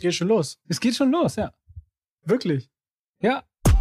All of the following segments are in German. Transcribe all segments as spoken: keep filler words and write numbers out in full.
geht schon los. Es geht schon los, ja. Wirklich? Ja.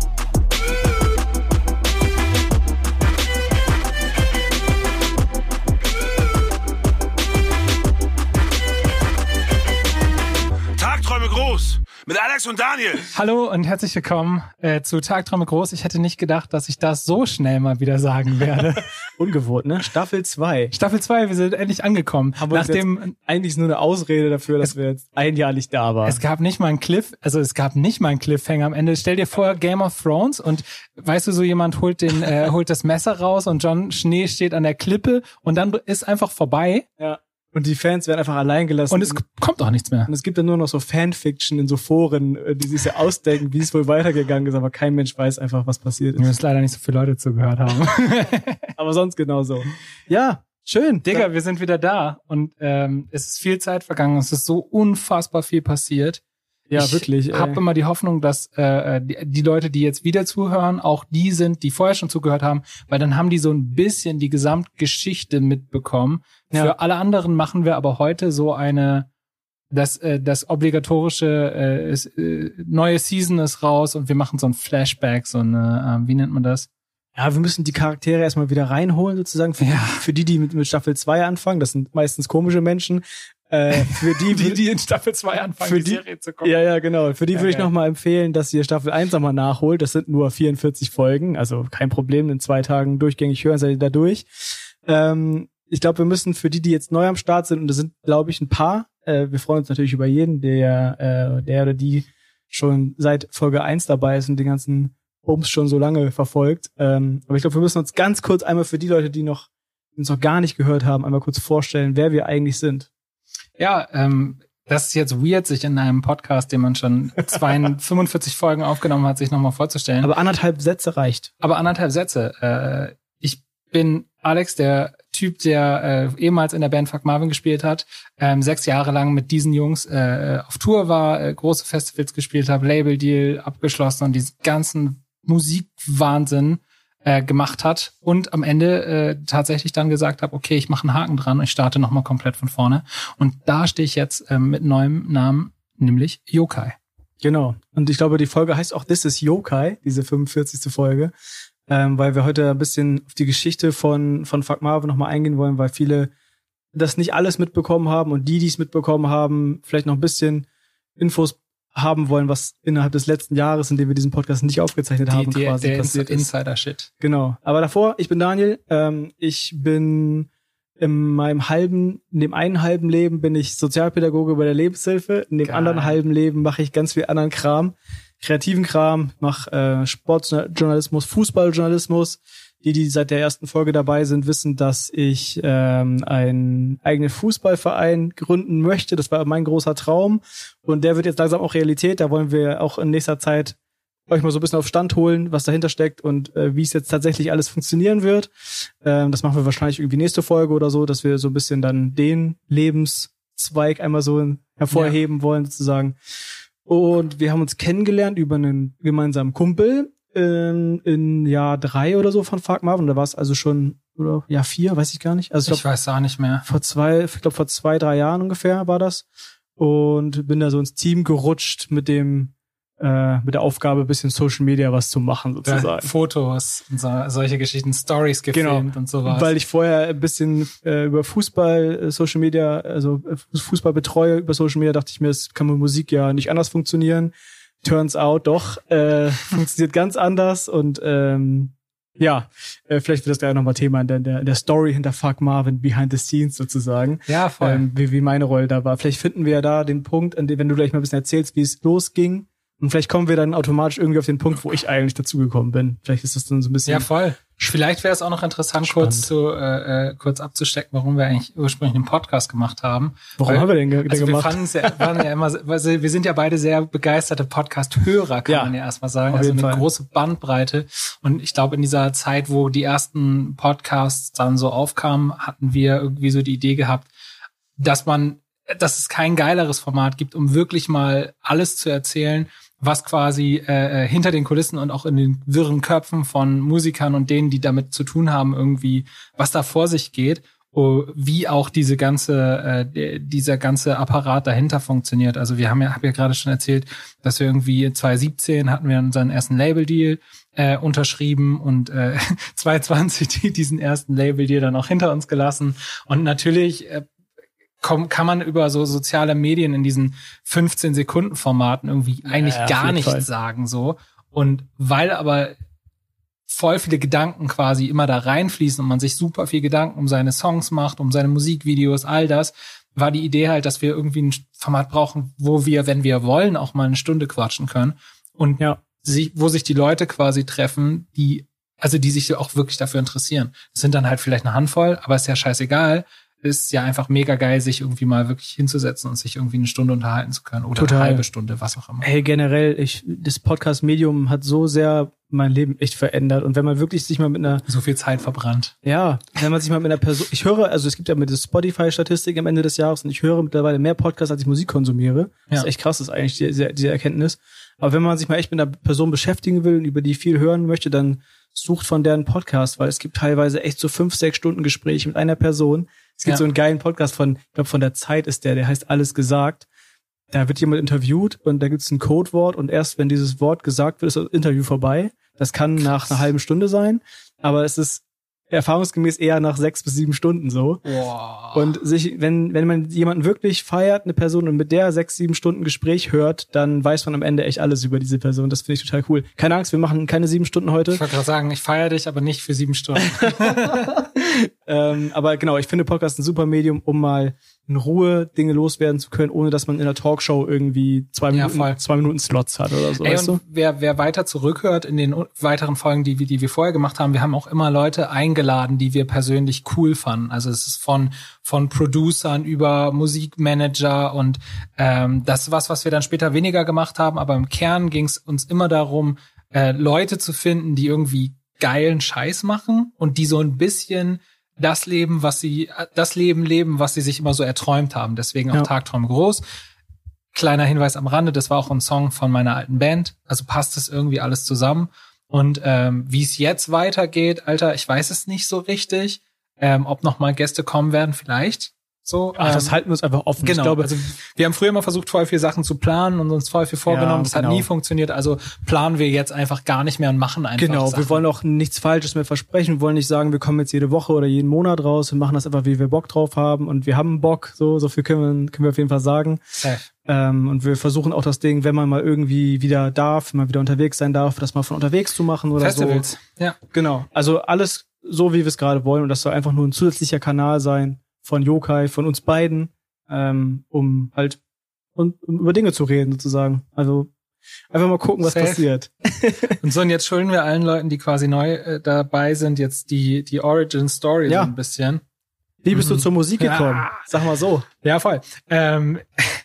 Tagträume groß mit Alex und Daniel. Hallo und herzlich willkommen äh, zu Tagträume groß. Ich hätte nicht gedacht, dass ich das so schnell mal wieder sagen werde. Ungewohnt, ne? Staffel zwei. Staffel zwei, wir sind endlich angekommen. Aber Nachdem eigentlich ist nur eine Ausrede dafür, dass es, wir jetzt ein Jahr nicht da waren. Es gab nicht mal einen Cliff, also es gab nicht mal einen Cliffhanger am Ende. Stell dir vor, Game of Thrones und weißt du, so jemand holt den, äh, holt das Messer raus und Jon Schnee steht an der Klippe und dann ist einfach vorbei. Ja. Und die Fans werden einfach allein gelassen. Und es kommt auch nichts mehr. Und es gibt dann nur noch so Fanfiction in so Foren, die sich ja ausdenken, wie es wohl weitergegangen ist, aber kein Mensch weiß einfach, was passiert ist. Wir müssen leider nicht so viele Leute zugehört haben. Aber sonst genauso. Ja, schön. Digga, wir sind wieder da und ähm, es ist viel Zeit vergangen. Es ist so unfassbar viel passiert. Ja, ich wirklich. Ich habe immer die Hoffnung, dass äh, die, die Leute, die jetzt wieder zuhören, auch die sind, die vorher schon zugehört haben, weil dann haben die so ein bisschen die Gesamtgeschichte mitbekommen. Ja. Für alle anderen machen wir aber heute so eine, das äh, das obligatorische äh, ist, äh, neue Season ist raus und wir machen so ein Flashback, so eine, äh, wie nennt man das? Ja, wir müssen die Charaktere erstmal wieder reinholen, sozusagen, für, ja. die, für die, die mit, mit Staffel zwei anfangen. Das sind meistens komische Menschen. Äh, für die, die, die in Staffel zwei anfangen, für die, die Serie zu gucken. Ja, ja, genau. Für die ja, würde ich geil. nochmal empfehlen, dass ihr Staffel eins nochmal nachholt. Das sind nur vierundvierzig Folgen, also kein Problem. In zwei Tagen durchgängig hören, seid ihr da durch. Ähm, ich glaube, wir müssen für die, die jetzt neu am Start sind, und das sind, glaube ich, ein paar, äh, wir freuen uns natürlich über jeden, der, äh, der oder die schon seit Folge eins dabei ist und den ganzen Bums schon so lange verfolgt. Ähm, aber ich glaube, wir müssen uns ganz kurz einmal für die Leute, die noch die uns noch gar nicht gehört haben, einmal kurz vorstellen, wer wir eigentlich sind. Ja, ähm, das ist jetzt weird, sich in einem Podcast, den man schon fünfundvierzig Folgen aufgenommen hat, sich nochmal vorzustellen. Aber anderthalb Sätze reicht. Aber anderthalb Sätze. Äh, ich bin Alex, der Typ, der äh, ehemals in der Band Fuck Marvin gespielt hat, ähm, sechs Jahre lang mit diesen Jungs äh, auf Tour war, äh, große Festivals gespielt habe, Label-Deal abgeschlossen und diesen ganzen Musikwahnsinn äh, gemacht hat und am Ende äh, tatsächlich dann gesagt habe, okay, ich mache einen Haken dran und ich starte nochmal komplett von vorne. Und da stehe ich jetzt äh, mit neuem Namen, nämlich Yokai. Genau. Und ich glaube, die Folge heißt auch This is Yokai, diese fünfundvierzigste Folge, ähm, weil wir heute ein bisschen auf die Geschichte von von Fuck Marvin nochmal eingehen wollen, weil viele das nicht alles mitbekommen haben und die, die es mitbekommen haben, vielleicht noch ein bisschen Infos haben wollen, was innerhalb des letzten Jahres, in dem wir diesen Podcast nicht aufgezeichnet die, haben, die, quasi der passiert ist. Insider-Shit. Genau. Aber davor, ich bin Daniel. Ähm, ich bin in meinem halben, in dem einen halben Leben bin ich Sozialpädagoge bei der Lebenshilfe. In dem Geil. anderen halben Leben mache ich ganz viel anderen Kram, kreativen Kram, mache äh, Sportjournalismus, Fußballjournalismus. Die, die seit der ersten Folge dabei sind, wissen, dass ich ähm, einen eigenen Fußballverein gründen möchte. Das war mein großer Traum. Und der wird jetzt langsam auch Realität. Da wollen wir auch in nächster Zeit euch mal so ein bisschen auf Stand holen, was dahinter steckt und äh, wie es jetzt tatsächlich alles funktionieren wird. Ähm, das machen wir wahrscheinlich irgendwie nächste Folge oder so, dass wir so ein bisschen dann den Lebenszweig einmal so hervorheben ja. wollen, sozusagen. Und wir haben uns kennengelernt über einen gemeinsamen Kumpel, In, in Jahr drei oder so von Fuck Marvin. Da war es also schon, oder Jahr vier, weiß ich gar nicht. Also ich, ich glaub, weiß auch nicht mehr. Vor zwei, ich glaube vor zwei, drei Jahren ungefähr war das. Und bin da so ins Team gerutscht mit dem, äh, mit der Aufgabe, ein bisschen Social Media was zu machen, sozusagen. Ja, Fotos und so, solche Geschichten, Stories gefilmt genau. und sowas. Weil ich vorher ein bisschen äh, über Fußball, äh, Social Media, also äh, Fußball betreue über Social Media, dachte ich mir, es kann mit Musik ja nicht anders funktionieren. Turns out doch, äh, funktioniert ganz anders und ähm, ja, äh, vielleicht wird das gleich nochmal Thema in der, der, der Story hinter Fuck Marvin, behind the scenes sozusagen. Ja, voll. Ähm, wie, wie meine Rolle da war. Vielleicht finden wir ja da den Punkt, an dem, wenn du gleich mal ein bisschen erzählst, wie es losging. Und vielleicht kommen wir dann automatisch irgendwie auf den Punkt, wo ich eigentlich dazugekommen bin. Vielleicht ist das dann so ein bisschen... Ja, voll. Vielleicht wäre es auch noch interessant, spannend. kurz zu äh, äh, kurz abzustecken, warum wir eigentlich ursprünglich einen Podcast gemacht haben. Warum Weil, haben wir den, ge- also gemacht? Wir fanden es ja, waren ja immer, weil wir sind ja beide sehr begeisterte Podcast-Hörer, kann ja, man ja erstmal sagen. Auf Also jeden eine Fall. große Bandbreite. Und ich glaube, in dieser Zeit, wo die ersten Podcasts dann so aufkamen, hatten wir irgendwie so die Idee gehabt, dass man, dass es kein geileres Format gibt, um wirklich mal alles zu erzählen, was quasi äh, hinter den Kulissen und auch in den wirren Köpfen von Musikern und denen, die damit zu tun haben, irgendwie, was da vor sich geht. wie auch diese ganze, äh, dieser ganze Apparat dahinter funktioniert. Also wir haben ja, habe ja gerade schon erzählt, dass wir irgendwie zwanzig siebzehn hatten wir unseren ersten Label-Deal äh, unterschrieben und äh, zwanzig zwanzig die, diesen ersten Label-Deal dann auch hinter uns gelassen. Und natürlich äh, komm, kann man über so soziale Medien in diesen fünfzehn-Sekunden-Formaten irgendwie eigentlich ja, gar nichts Fall. sagen so. Und weil aber voll viele Gedanken quasi immer da reinfließen und man sich super viel Gedanken um seine Songs macht, um seine Musikvideos, all das, war die Idee halt, dass wir irgendwie ein Format brauchen, wo wir, wenn wir wollen, auch mal eine Stunde quatschen können und ja. sich, wo sich die Leute quasi treffen, die, also die sich auch wirklich dafür interessieren. Das sind dann halt vielleicht eine Handvoll, aber ist ja scheißegal. Ist ja einfach mega geil, sich irgendwie mal wirklich hinzusetzen und sich irgendwie eine Stunde unterhalten zu können oder Total. eine halbe Stunde, was auch immer. Hey, generell, ich, das Podcast-Medium hat so sehr mein Leben echt verändert. Und wenn man wirklich sich mal mit einer... So viel Zeit verbrannt. Ja, wenn man sich mal mit einer Person... Ich höre, also es gibt ja mit der Spotify-Statistik am Ende des Jahres und ich höre mittlerweile mehr Podcasts, als ich Musik konsumiere. Das Ja. ist echt krass, das ist eigentlich diese, diese Erkenntnis. Aber wenn man sich mal echt mit einer Person beschäftigen will und über die viel hören möchte, dann sucht von deren Podcast, weil es gibt teilweise echt so fünf, sechs Stunden Gespräche mit einer Person. Es gibt Ja. so einen geilen Podcast von, ich glaube von der Zeit ist der, der heißt Alles gesagt. Da wird jemand interviewt und da gibt's ein Codewort und erst wenn dieses Wort gesagt wird, ist das Interview vorbei. Das kann Krass. nach einer halben Stunde sein, aber es ist erfahrungsgemäß eher nach sechs bis sieben Stunden so. Wow. Und sich, wenn, wenn man jemanden wirklich feiert, eine Person und mit der sechs, sieben Stunden Gespräch hört, dann weiß man am Ende echt alles über diese Person. Das finde ich total cool. Keine Angst, wir machen keine sieben Stunden heute. Ich wollte gerade sagen, ich feiere dich, aber nicht für sieben Stunden. ähm, aber genau, ich finde Podcast ein super Medium, um mal in Ruhe Dinge loswerden zu können, ohne dass man in einer Talkshow irgendwie zwei Ja, Minuten, voll. zwei Minuten Slots hat oder so. Ey, weißt und du? wer, wer weiter zurückhört in den weiteren Folgen, die, wir- die wir vorher gemacht haben, wir haben auch immer Leute eingeladen, die wir persönlich cool fanden. Also es ist von, von Producern über Musikmanager und ähm, das ist was, was wir dann später weniger gemacht haben, aber im Kern ging es uns immer darum, äh, Leute zu finden, die irgendwie geilen Scheiß machen und die so ein bisschen das Leben, was sie, das Leben leben, was sie sich immer so erträumt haben. Deswegen auch Ja. Tagträume groß. Kleiner Hinweis am Rande, das war auch ein Song von meiner alten Band. Also passt das irgendwie alles zusammen. Und ähm, wie es jetzt weitergeht, Alter, ich weiß es nicht so richtig. Ähm, ob noch mal Gäste kommen werden, vielleicht. So, Ach, das ähm, halten wir uns einfach offen. Genau, Ich glaube, also wir haben früher immer versucht, voll viel Sachen zu planen und uns voll viel vorgenommen. Ja, das hat genau. nie funktioniert, also planen wir jetzt einfach gar nicht mehr und machen einfach Genau, Sachen. wir wollen auch nichts Falsches mehr versprechen. Wir wollen nicht sagen, wir kommen jetzt jede Woche oder jeden Monat raus. Wir machen das einfach, wie wir Bock drauf haben. Und wir haben Bock, so, so viel können wir, können wir auf jeden Fall sagen. Safe. Ähm, und wir versuchen auch das Ding, wenn man mal irgendwie wieder darf, wenn man wieder unterwegs sein darf, das mal von unterwegs zu machen oder Festivals, so. ja. Genau. Also alles so, wie wir es gerade wollen. Und das soll einfach nur ein zusätzlicher Kanal sein von Yokai, von uns beiden, ähm, um halt und, um über Dinge zu reden, sozusagen. Also einfach mal gucken, was Safe. passiert. Und so, und jetzt schulden wir allen Leuten, die quasi neu äh, dabei sind, jetzt die die Origin Story Ja. so ein bisschen. Wie bist du zur Musik gekommen? Ja. Sag mal so. Ja, voll. Ähm,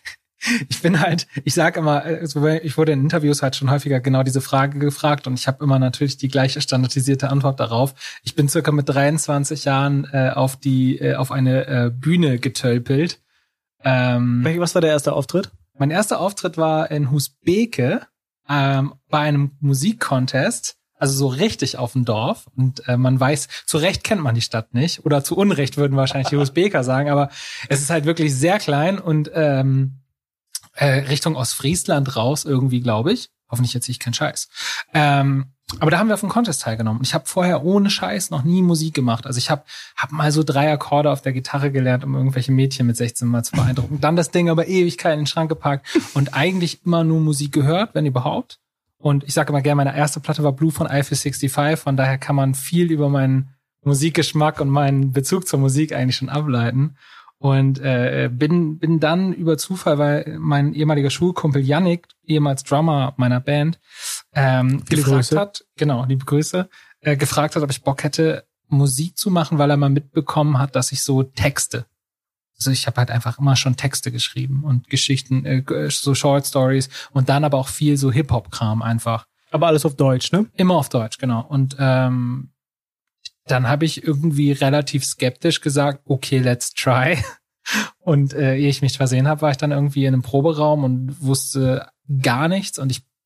ich bin halt, ich sag immer, also ich wurde in Interviews halt schon häufiger genau diese Frage gefragt und ich habe immer natürlich die gleiche standardisierte Antwort darauf. Ich bin circa mit dreiundzwanzig Jahren äh, auf die äh, auf eine äh, Bühne getölpelt. Ähm, Was war der erste Auftritt? mein erster Auftritt war in Husbeke ähm, bei einem Musikcontest. Also so richtig auf dem Dorf. Und äh, man weiß, zu Recht kennt man die Stadt nicht. Oder zu Unrecht würden wahrscheinlich die Husbeker sagen. Aber es ist halt wirklich sehr klein und ähm, äh, Richtung Ostfriesland raus irgendwie, glaube ich. Hoffentlich erzähle ich keinen Scheiß. Ähm, aber da haben wir auf dem Contest teilgenommen. Ich habe vorher ohne Scheiß noch nie Musik gemacht. Also ich habe hab mal so drei Akkorde auf der Gitarre gelernt, um irgendwelche Mädchen mit sechzehn mal zu beeindrucken. Dann das Ding aber Ewigkeit in den Schrank gepackt und eigentlich immer nur Musik gehört, wenn überhaupt. Und ich sage immer gerne, meine erste Platte war Blue von Eiffel fünfundsechzig, von daher kann man viel über meinen Musikgeschmack und meinen Bezug zur Musik eigentlich schon ableiten. Und äh, bin bin dann über Zufall, weil mein ehemaliger Schulkumpel Yannick, ehemals Drummer meiner Band, ähm, Liebe gefragt Grüße. hat, genau, liebe Grüße, äh, gefragt hat, ob ich Bock hätte, Musik zu machen, weil er mal mitbekommen hat, dass ich so Texte. Also ich habe halt einfach immer schon Texte geschrieben und Geschichten, äh, so Short Stories und dann aber auch viel so Hip-Hop-Kram einfach. Aber alles auf Deutsch, ne? Immer auf Deutsch, genau. Und ähm, dann habe ich irgendwie relativ skeptisch gesagt, okay, let's try. Und äh, ehe ich mich versehen habe, war ich dann irgendwie in einem Proberaum und wusste gar nichts. Und ich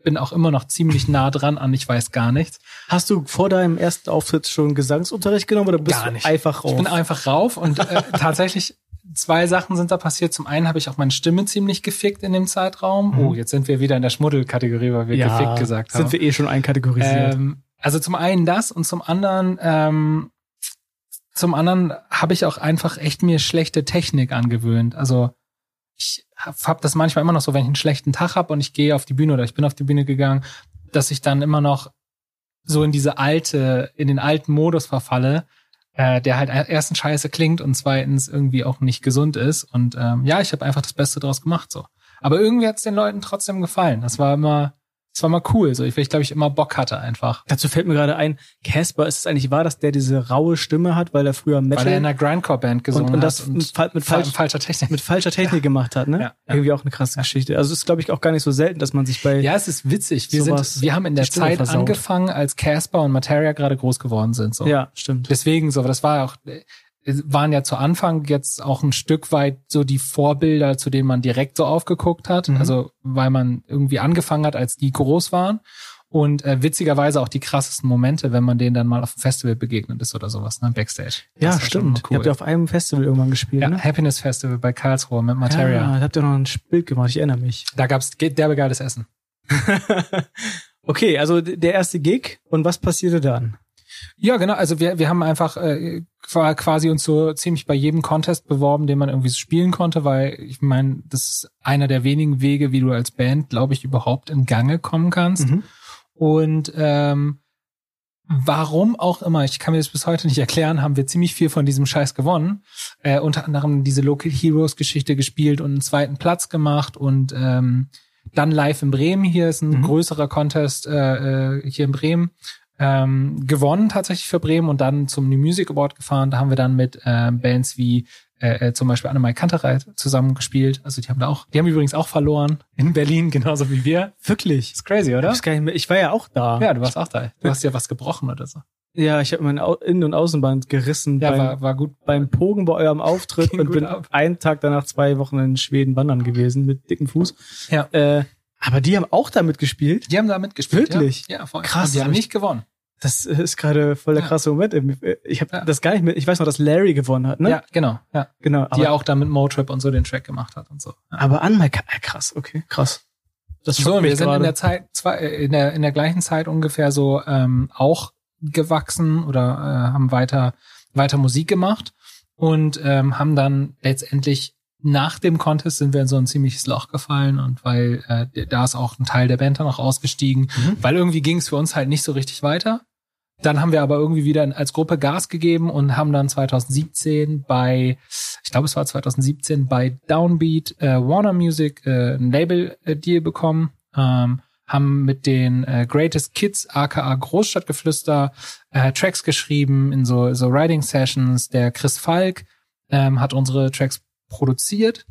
bin auch immer noch ziemlich nah dran an Ich weiß gar nichts. Hast du vor deinem ersten Auftritt schon Gesangsunterricht genommen oder bist Gar nicht. du einfach rauf? Ich bin einfach rauf und äh, tatsächlich zwei Sachen sind da passiert. Zum einen habe ich auch meine Stimme ziemlich gefickt in dem Zeitraum. Mhm. Oh, jetzt sind wir wieder in der Schmuddelkategorie, weil wir ja, gefickt gesagt haben. Sind wir eh schon einkategorisiert. Ähm, also zum einen das und zum anderen ähm, zum anderen habe ich auch einfach echt mir schlechte Technik angewöhnt. Also ich habe hab das manchmal immer noch so, wenn ich einen schlechten Tag habe und ich gehe auf die Bühne oder ich bin auf die Bühne gegangen, dass ich dann immer noch so in diese alte, in den alten Modus verfalle, äh, der halt erstens scheiße klingt und zweitens irgendwie auch nicht gesund ist. Und ähm, ja, ich habe einfach das Beste draus gemacht so. Aber irgendwie hat es den Leuten trotzdem gefallen. Das war immer Das war mal cool, so ich, weil ich glaube ich immer Bock hatte einfach. Dazu fällt mir gerade ein, Casper, ist es eigentlich wahr, dass der diese raue Stimme hat, weil er früher Metal Weil er in einer Grindcore-Band gesungen und, und das hat und mit, fa- mit, falsch, falscher Technik. mit falscher Technik gemacht hat, ne? Ja, ja. Irgendwie auch eine krasse Geschichte. Also es ist, glaube ich, auch gar nicht so selten, dass man sich bei Ja, es ist witzig. Wir sowas sind, wir haben in der die Stimme Zeit versaut. angefangen, als Casper und Materia gerade groß geworden sind. So. Ja, stimmt. Deswegen so, aber das war auch, waren ja zu Anfang jetzt auch ein Stück weit so die Vorbilder, zu denen man direkt so aufgeguckt hat. Mhm. Also weil man irgendwie angefangen hat, als die groß waren. Und äh, witzigerweise auch die krassesten Momente, wenn man denen dann mal auf dem Festival begegnet ist oder sowas, ne, Backstage. Ja, Das war schon stimmt. cool. Ihr habt ja auf einem Festival irgendwann gespielt, Ja, ne? Happiness Festival bei Karlsruhe mit Materia. Ja, da habt ihr noch ein Bild gemacht, ich erinnere mich. Da gab's derbe geiles Essen. Okay, also d- der erste Gig und was passierte dann? Ja, genau. Also wir wir haben einfach äh, qua- quasi uns so ziemlich bei jedem Contest beworben, den man irgendwie so spielen konnte, weil ich meine, das ist einer der wenigen Wege, wie du als Band, glaube ich, überhaupt in Gange kommen kannst. Mhm. Und ähm, warum auch immer, ich kann mir das bis heute nicht erklären, haben wir ziemlich viel von diesem Scheiß gewonnen. Äh, unter anderem diese Local Heroes Geschichte gespielt und einen zweiten Platz gemacht und ähm, dann live in Bremen. Hier ist ein Mhm. größerer Contest äh, äh, hier in Bremen. Ähm, gewonnen tatsächlich für Bremen und dann zum New Music Award gefahren. Da haben wir dann mit äh, Bands wie äh, äh, zum Beispiel Annemai Kantereit zusammen gespielt. Also die haben da auch, die haben übrigens auch verloren in Berlin, genauso wie wir. Wirklich? Ist crazy, oder? Ich, weiß gar nicht mehr. Ich war ja auch da. Ja, du warst auch da. Du hast ja was gebrochen oder so. Ja, ich habe mein Au- Innen- und Außenband gerissen Ja, beim, war, war gut. beim Pogen bei eurem Auftritt Ging und gut bin ab. einen Tag danach zwei Wochen in Schweden wandern gewesen mit dicken Fuß. Ja. Äh, aber die haben auch damit gespielt. Die haben da mitgespielt. Wirklich? Ja, ja voll. Krass, Und die hab haben ich- nicht gewonnen. Das ist gerade voll der Ja. krasse Moment. Ich habe Ja. das gar nicht mehr. Ich weiß noch, dass Larry gewonnen hat, ne? Ja, genau. Ja. Genau. Die Aber, auch da mit Motrip und so den Track gemacht hat und so. Ja. aber an mein Ka- äh, krass, okay, krass. Das So, schockt wir mich sind in gerade. der Zeit, zwei, äh, in der in der gleichen Zeit ungefähr so ähm, auch gewachsen oder äh, haben weiter weiter Musik gemacht und ähm, haben dann letztendlich nach dem Contest sind wir in so ein ziemliches Loch gefallen und weil äh, da ist auch ein Teil der Band dann auch ausgestiegen, Mhm. weil irgendwie ging es für uns halt nicht so richtig weiter. Dann haben wir aber irgendwie wieder als Gruppe Gas gegeben und haben dann zwanzig siebzehn bei, ich glaube es war zwanzig siebzehn bei Downbeat äh, Warner Music äh, ein Label-Deal bekommen, ähm, haben mit den äh, Greatest Kids aka Großstadtgeflüster äh, Tracks geschrieben in so so Writing Sessions. Der Chris Falk ähm, hat unsere Tracks produziert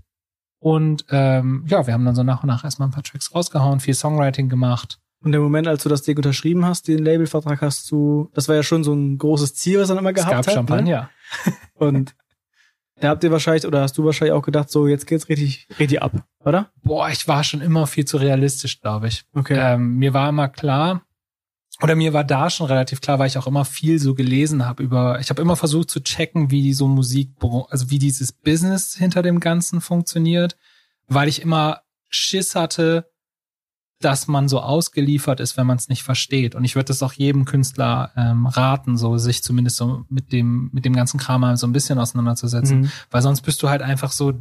und ähm, ja, wir haben dann so nach und nach erstmal ein paar Tracks rausgehauen, viel Songwriting gemacht. Und der Moment, als du das Ding unterschrieben hast, den Labelvertrag hast du, das war ja schon so ein großes Ziel, was er immer Es gehabt gab hat. Champagner. Ne? Und da habt ihr wahrscheinlich, oder hast du wahrscheinlich auch gedacht, so jetzt geht's richtig, richtig ab, oder? Boah, ich war schon immer viel zu realistisch, glaube ich. Okay. Ähm, mir war immer klar, oder mir war da schon relativ klar, weil ich auch immer viel so gelesen habe über, ich habe immer versucht zu checken, wie so Musik, also wie dieses Business hinter dem Ganzen funktioniert, weil ich immer Schiss hatte, dass man so ausgeliefert ist, wenn man es nicht versteht. Und ich würde das auch jedem Künstler ähm, raten, so sich zumindest so mit dem mit dem ganzen Kram mal so ein bisschen auseinanderzusetzen, Mhm. weil sonst bist du halt einfach so.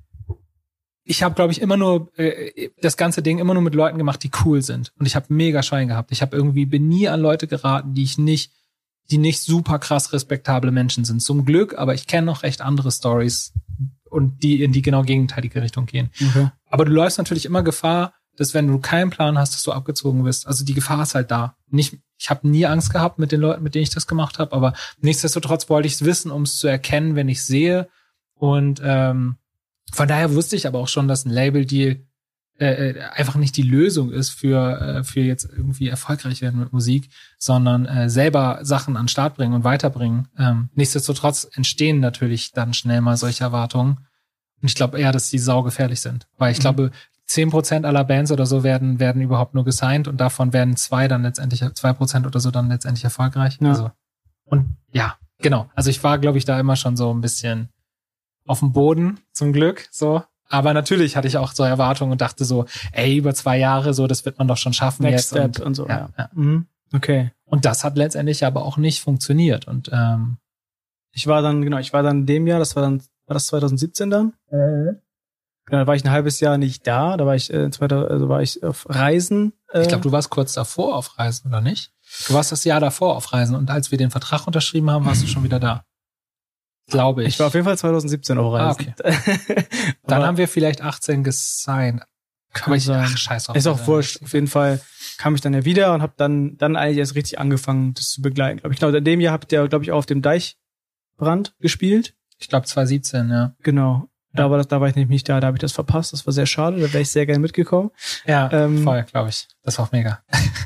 Ich habe, glaube ich, immer nur äh, das ganze Ding immer nur mit Leuten gemacht, die cool sind. Und ich habe mega Schein gehabt. Ich habe irgendwie bin nie an Leute geraten, die ich nicht, die nicht super krass respektable Menschen sind. Zum Glück, aber ich kenne noch recht andere Stories und die in die genau gegenteilige Richtung gehen. Okay. Aber du läufst natürlich immer Gefahr, dass wenn du keinen Plan hast, dass du abgezogen wirst. Also die Gefahr ist halt da. Nicht, ich habe nie Angst gehabt mit den Leuten, mit denen ich das gemacht habe, aber nichtsdestotrotz wollte ich es wissen, um es zu erkennen, wenn ich sehe. Und ähm, von daher wusste ich aber auch schon, dass ein Label-Deal äh, einfach nicht die Lösung ist für äh, für jetzt irgendwie erfolgreich werden mit Musik, sondern äh, selber Sachen an den Start bringen und weiterbringen. Ähm, nichtsdestotrotz entstehen natürlich dann schnell mal solche Erwartungen. Und ich glaube eher, dass die saugefährlich sind. Weil ich Mhm. glaube, zehn Prozent aller Bands oder so werden, werden überhaupt nur gesigned und davon werden zwei dann letztendlich, zwei Prozent oder so dann letztendlich erfolgreich. Ja. Also, und ja, genau. Also ich war, glaube ich, da immer schon so ein bisschen auf dem Boden, zum Glück, so. Aber natürlich hatte ich auch so Erwartungen und dachte so, ey, über zwei Jahre, so, das wird man doch schon schaffen. Next jetzt. Step und, und so. Ja, ja. Mhm. Okay. Und das hat letztendlich aber auch nicht funktioniert. Und ähm, Ich war dann, genau, ich war dann in dem Jahr, das war dann, war das zwanzig siebzehn dann? Mhm. Genau, da war ich ein halbes Jahr nicht da, da war ich, äh, zweiter, also war ich auf Reisen. Äh, ich glaube, du warst kurz davor auf Reisen, oder nicht? Du warst das Jahr davor auf Reisen und als wir den Vertrag unterschrieben haben, warst du schon wieder da. Glaube ich. Ich war auf jeden Fall zwanzig siebzehn auf Reisen. Ah, okay. Dann haben wir vielleicht achtzehn gesigned. Kann ich, ach, scheiß drauf. Ist auch wurscht. Auf jeden Fall kam ich dann ja wieder und habe dann dann eigentlich erst richtig angefangen, das zu begleiten. Glaube ich. Genau, in dem Jahr habt ihr, glaube ich, auch auf dem Deichbrand gespielt. Ich glaube zwanzig siebzehn, ja. Genau. Da war das, da war ich nämlich nicht da, da habe ich das verpasst. Das war sehr schade, da wäre ich sehr gerne mitgekommen. Ja, ähm, voll, glaube ich. Das war auch mega.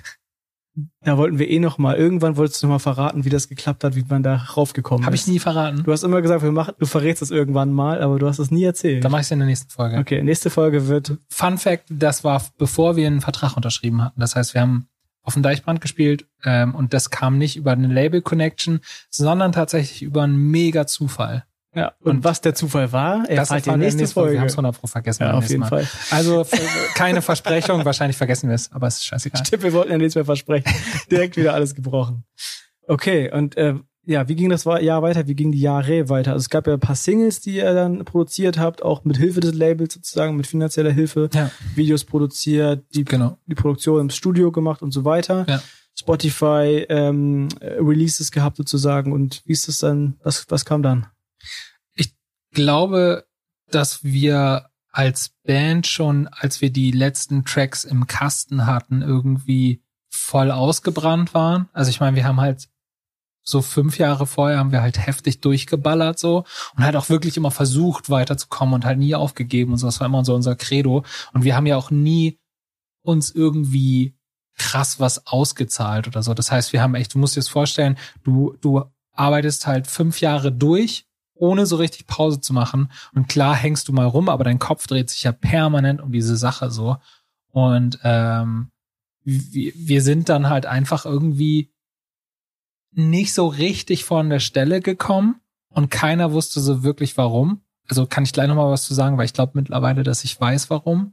Da wollten wir eh noch mal, irgendwann wolltest du noch mal verraten, wie das geklappt hat, wie man da raufgekommen Hab ist. Habe ich nie verraten. Du hast immer gesagt, wir machen, du verrätst es irgendwann mal, aber du hast es nie erzählt. Dann mache ich es in der nächsten Folge. Okay, nächste Folge wird... Fun Fact, das war bevor wir einen Vertrag unterschrieben hatten. Das heißt, wir haben auf dem Deichbrand gespielt ähm, und das kam nicht über eine Label-Connection, sondern tatsächlich über einen mega Zufall. Ja, und, und was der Zufall war, erfahrt ihr nächste Folge. Wir haben es hundert Pro vergessen. Ja, auf jeden Mal. Fall. Also keine Versprechung, wahrscheinlich vergessen wir es, aber es ist scheißegal. Stimmt, wir wollten ja nichts mehr versprechen. Direkt wieder alles gebrochen. Okay, und äh, ja, wie ging das Jahr weiter? Wie ging die Jahre weiter? Also es gab ja ein paar Singles, die ihr dann produziert habt, auch mit Hilfe des Labels sozusagen, mit finanzieller Hilfe. Ja. Videos produziert, die, genau. die Produktion im Studio gemacht und so weiter. Ja. Spotify ähm, Releases gehabt sozusagen. Und wie ist das dann? Was, was kam dann? Ich glaube, dass wir als Band schon, als wir die letzten Tracks im Kasten hatten, irgendwie voll ausgebrannt waren. Also ich meine, wir haben halt so fünf Jahre vorher haben wir halt heftig durchgeballert so und halt auch wirklich immer versucht weiterzukommen und halt nie aufgegeben und so. Das war immer so unser Credo. Und wir haben ja auch nie uns irgendwie krass was ausgezahlt oder so. Das heißt, wir haben echt, du musst dir das vorstellen, du, du arbeitest halt fünf Jahre durch, ohne so richtig Pause zu machen. Und klar hängst du mal rum, aber dein Kopf dreht sich ja permanent um diese Sache so. Und ähm, wir, wir sind dann halt einfach irgendwie nicht so richtig von der Stelle gekommen und keiner wusste so wirklich warum. Also kann ich gleich nochmal was zu sagen, weil ich glaube mittlerweile, dass ich weiß, warum.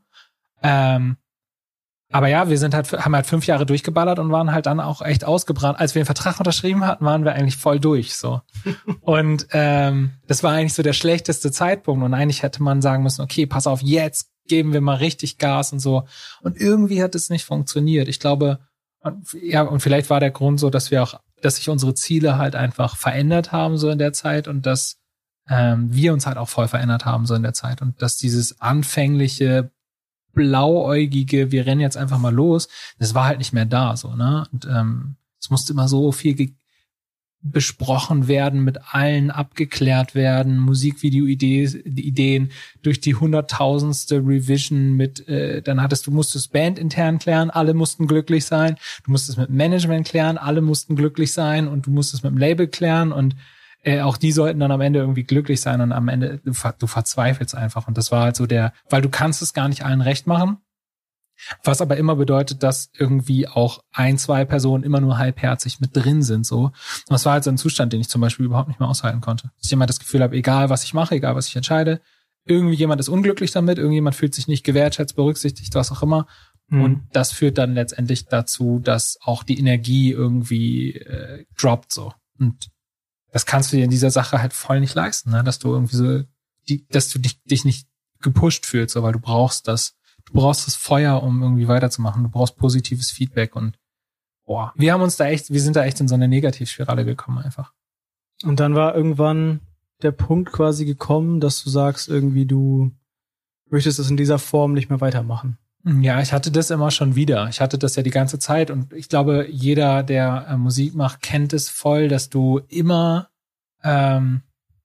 Ähm, aber ja, wir sind halt, haben halt fünf Jahre durchgeballert und waren halt dann auch echt ausgebrannt. Als wir den Vertrag unterschrieben hatten, waren wir eigentlich voll durch, so. Und ähm, das war eigentlich so der schlechteste Zeitpunkt. Und eigentlich hätte man sagen müssen, okay, pass auf, jetzt geben wir mal richtig Gas und so. Und irgendwie hat es nicht funktioniert. Ich glaube, ja, und vielleicht war der Grund so, dass wir auch, dass sich unsere Ziele halt einfach verändert haben, so in der Zeit. Und dass ähm, wir uns halt auch voll verändert haben, so in der Zeit. Und dass dieses anfängliche blauäugige, wir rennen jetzt einfach mal los, das war halt nicht mehr da, so, ne? Und ähm, es musste immer so viel ge- besprochen werden, mit allen abgeklärt werden, Musikvideo-Ideen durch die hunderttausendste Revision mit, äh, dann hattest du, musstest Band intern klären, alle mussten glücklich sein, du musstest mit Management klären, alle mussten glücklich sein und du musstest mit dem Label klären und Äh, auch die sollten dann am Ende irgendwie glücklich sein und am Ende, du, ver- du verzweifelst einfach. Und das war halt so der, weil du kannst es gar nicht allen recht machen. Was aber immer bedeutet, dass irgendwie auch ein, zwei Personen immer nur halbherzig mit drin sind, so. Und das war halt so ein Zustand, den ich zum Beispiel überhaupt nicht mehr aushalten konnte. Dass ich immer das Gefühl habe, egal was ich mache, egal was ich entscheide, irgendwie jemand ist unglücklich damit, irgendjemand fühlt sich nicht gewertschätzt, berücksichtigt, was auch immer. Mhm. Und das führt dann letztendlich dazu, dass auch die Energie irgendwie äh, droppt, so. Und das kannst du dir in dieser Sache halt voll nicht leisten, ne? Dass du irgendwie so, die, dass du dich, dich nicht gepusht fühlst, so, weil du brauchst das, du brauchst das Feuer, um irgendwie weiterzumachen. Du brauchst positives Feedback und boah, wir haben uns da echt, wir sind da echt in so eine Negativspirale gekommen einfach. Und dann war irgendwann der Punkt quasi gekommen, dass du sagst, irgendwie du möchtest es in dieser Form nicht mehr weitermachen. Ja, ich hatte das immer schon wieder. Ich hatte das ja die ganze Zeit und ich glaube, jeder, der äh, Musik macht, kennt es voll, dass du immer, ähm,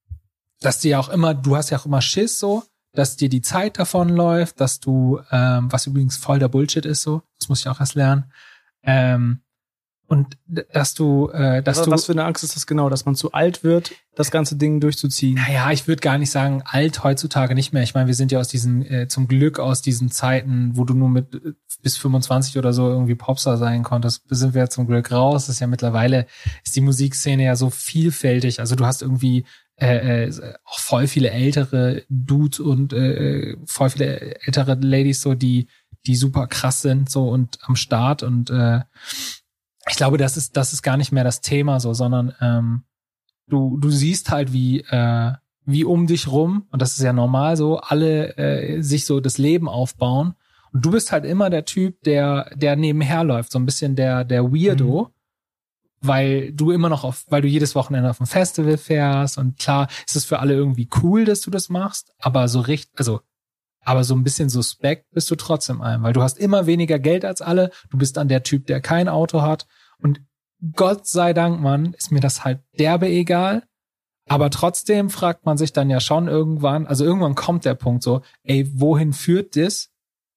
dass dir auch immer, du hast ja auch immer Schiss so, dass dir die Zeit davon läuft, dass du, ähm, was übrigens voll der Bullshit ist so, das muss ich auch erst lernen, ähm, Und dass du, äh, dass was, du. Was für eine Angst ist das genau, dass man zu alt wird, das ganze Ding durchzuziehen? Naja, ich würde gar nicht sagen, alt heutzutage nicht mehr. Ich meine, wir sind ja aus diesen, äh, zum Glück aus diesen Zeiten, wo du nur mit äh, bis fünfundzwanzig oder so irgendwie Popstar sein konntest, sind wir ja zum Glück raus. Das ist ja mittlerweile, ist die Musikszene ja so vielfältig. Also du hast irgendwie äh, äh, auch voll viele ältere Dudes und äh, voll viele ältere Ladies so, die die super krass sind so und am Start und äh, ich glaube, das ist das ist gar nicht mehr das Thema so, sondern ähm, du du siehst halt wie äh, wie um dich rum, und das ist ja normal so, alle äh, sich so das Leben aufbauen, und du bist halt immer der Typ, der der nebenher läuft, so ein bisschen der der Weirdo, mhm. weil du immer noch auf, weil du jedes Wochenende auf ein Festival fährst, und klar ist es für alle irgendwie cool, dass du das machst, aber so richtig, also aber so ein bisschen suspekt bist du trotzdem einem, weil du hast immer weniger Geld als alle, du bist dann der Typ, der kein Auto hat, und Gott sei Dank, Mann, ist mir das halt derbe egal, aber trotzdem fragt man sich dann ja schon irgendwann, also irgendwann kommt der Punkt so, ey, wohin führt das?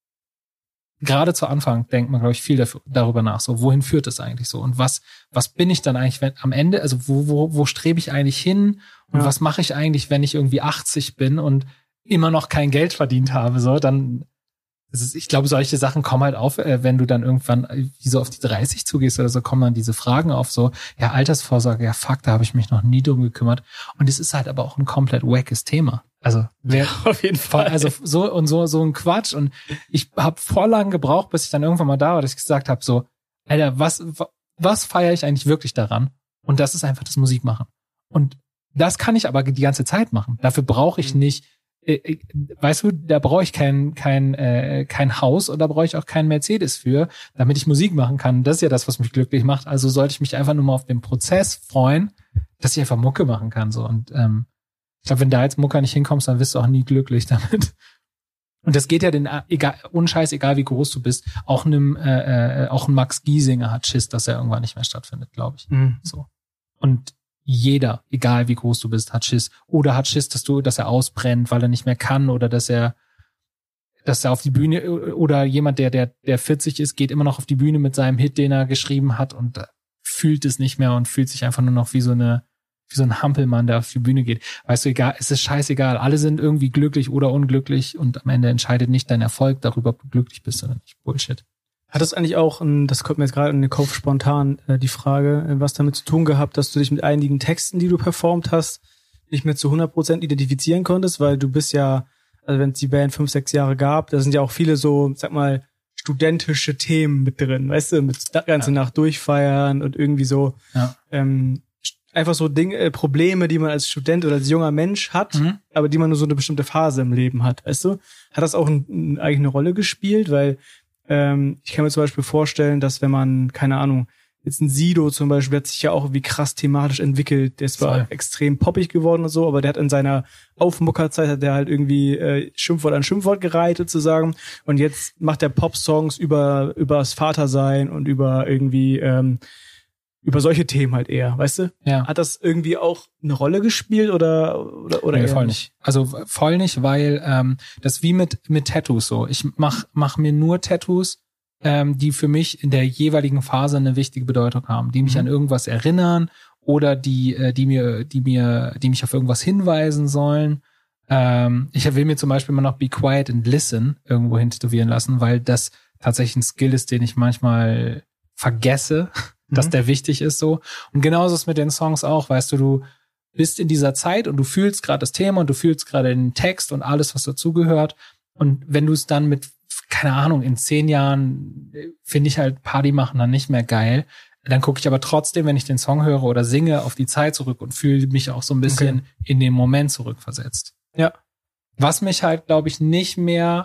Gerade zu Anfang denkt man, glaube ich, viel dafür, darüber nach, so, wohin führt es eigentlich so, und was was bin ich dann eigentlich, wenn am Ende, also wo wo wo strebe ich eigentlich hin, und ja. was mache ich eigentlich, wenn ich irgendwie achtzig bin und immer noch kein Geld verdient habe, so, dann, ist, ich glaube, solche Sachen kommen halt auf, äh, wenn du dann irgendwann wie so auf die dreißig zugehst oder so, kommen dann diese Fragen auf, so, ja, Altersvorsorge, ja, fuck, da habe ich mich noch nie drum gekümmert, und es ist halt aber auch ein komplett wackes Thema. Also, wer, ja, auf jeden Fall. Also, so und so, so ein Quatsch, und ich habe voll lang gebraucht, bis ich dann irgendwann mal da war, dass ich gesagt habe, so, Alter, was, was feiere ich eigentlich wirklich daran? Und das ist einfach das Musikmachen. Und das kann ich aber die ganze Zeit machen. Dafür brauche ich nicht, äh, weißt du, da brauche ich kein kein äh, kein Haus, oder brauche ich auch keinen Mercedes für, damit ich Musik machen kann. Das ist ja das, was mich glücklich macht. Also sollte ich mich einfach nur mal auf den Prozess freuen, dass ich einfach Mucke machen kann, so. Und ähm, ich glaube, wenn da als Mucker nicht hinkommst, dann wirst du auch nie glücklich damit. Und das geht ja den, egal, unscheiß, egal wie groß du bist, auch einem, äh, äh, auch ein Max Giesinger hat Schiss, dass er irgendwann nicht mehr stattfindet, glaube ich. Mhm. So. Und jeder, egal wie groß du bist, hat Schiss. Oder hat Schiss, dass du, dass er ausbrennt, weil er nicht mehr kann, oder dass er, dass er auf die Bühne, oder jemand, der, der, der vierzig ist, geht immer noch auf die Bühne mit seinem Hit, den er geschrieben hat, und fühlt es nicht mehr und fühlt sich einfach nur noch wie so eine, wie so ein Hampelmann, der auf die Bühne geht. Weißt du, egal, es ist scheißegal. Alle sind irgendwie glücklich oder unglücklich, und am Ende entscheidet nicht dein Erfolg darüber, ob du glücklich bist oder nicht. Bullshit. Hat das eigentlich auch, das kommt mir jetzt gerade in den Kopf spontan, äh, die Frage, was damit zu tun gehabt, dass du dich mit einigen Texten, die du performt hast, nicht mehr zu hundert Prozent identifizieren konntest, weil du bist ja, also wenn es die Band fünf, sechs Jahre gab, da sind ja auch viele so, sag mal, studentische Themen mit drin, weißt du, mit ganze ja. Nacht durchfeiern und irgendwie so, ja. ähm, einfach so Dinge, äh, Probleme, die man als Student oder als junger Mensch hat, mhm. aber die man nur so eine bestimmte Phase im Leben hat, weißt du? Hat das auch ein, ein, eigentlich eine Rolle gespielt? Weil ähm, ich kann mir zum Beispiel vorstellen, dass wenn man, keine Ahnung, jetzt ein Sido zum Beispiel, hat sich ja auch irgendwie krass thematisch entwickelt, der ist zwar Voll. extrem poppig geworden und so, aber der hat in seiner Aufmuckerzeit hat der halt irgendwie äh, Schimpfwort an Schimpfwort gereiht sozusagen, und jetzt macht der Pop-Songs über über das Vatersein und über irgendwie ähm, über solche Themen halt eher, weißt du? Ja. Hat das irgendwie auch eine Rolle gespielt oder oder oder nee, eher voll nicht? Also voll nicht, weil ähm, das ist wie mit mit Tattoos so. Ich mach mach mir nur Tattoos, ähm, die für mich in der jeweiligen Phase eine wichtige Bedeutung haben, die mich mhm. an irgendwas erinnern, oder die äh, die mir die mir die mich auf irgendwas hinweisen sollen. Ähm, ich will mir zum Beispiel mal noch Be Quiet and Listen irgendwo hin tätowieren lassen, weil das tatsächlich ein Skill ist, den ich manchmal vergesse, dass der wichtig ist so. Und genauso ist es mit den Songs auch, weißt du, du bist in dieser Zeit und du fühlst gerade das Thema und du fühlst gerade den Text und alles, was dazugehört. Und wenn du es dann mit, keine Ahnung, in zehn Jahren finde ich halt Party machen dann nicht mehr geil, dann gucke ich aber trotzdem, wenn ich den Song höre oder singe, auf die Zeit zurück und fühle mich auch so ein bisschen okay. in den Moment zurückversetzt. Ja. Was mich halt, glaube ich, nicht mehr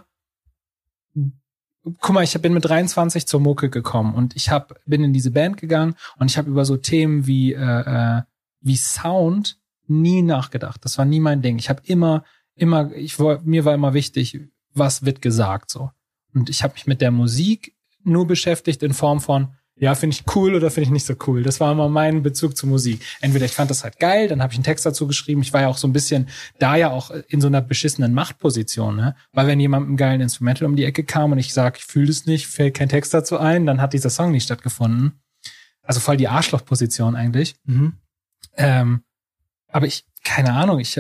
Guck mal, ich bin mit dreiundzwanzig zur Mucke gekommen, und ich hab, bin in diese Band gegangen, und ich habe über so Themen wie äh, wie Sound nie nachgedacht. Das war nie mein Ding. Ich habe immer, immer, ich mir war immer wichtig, was wird gesagt so. Und ich habe mich mit der Musik nur beschäftigt in Form von, ja, finde ich cool oder finde ich nicht so cool. Das war immer mein Bezug zur Musik. Entweder ich fand das halt geil, dann habe ich einen Text dazu geschrieben. Ich war ja auch so ein bisschen da ja auch in so einer beschissenen Machtposition, ne? Weil wenn jemand mit einem geilen Instrumental um die Ecke kam und ich sage, ich fühle das nicht, fällt kein Text dazu ein, dann hat dieser Song nicht stattgefunden. Also voll die Arschlochposition eigentlich. Mhm. Ähm, aber ich, keine Ahnung, ich,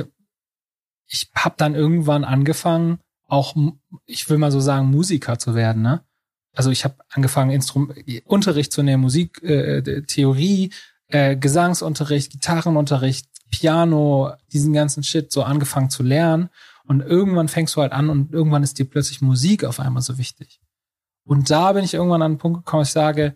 ich hab dann irgendwann angefangen, auch, ich will mal so sagen, Musiker zu werden, ne? Also ich habe angefangen, Instrum- Unterricht zu nehmen, Musik, äh, Theorie, äh, Gesangsunterricht, Gitarrenunterricht, Piano, diesen ganzen Shit so angefangen zu lernen. Und irgendwann fängst du halt an und irgendwann ist dir plötzlich Musik auf einmal so wichtig. Und da bin ich irgendwann an den Punkt gekommen, ich sage,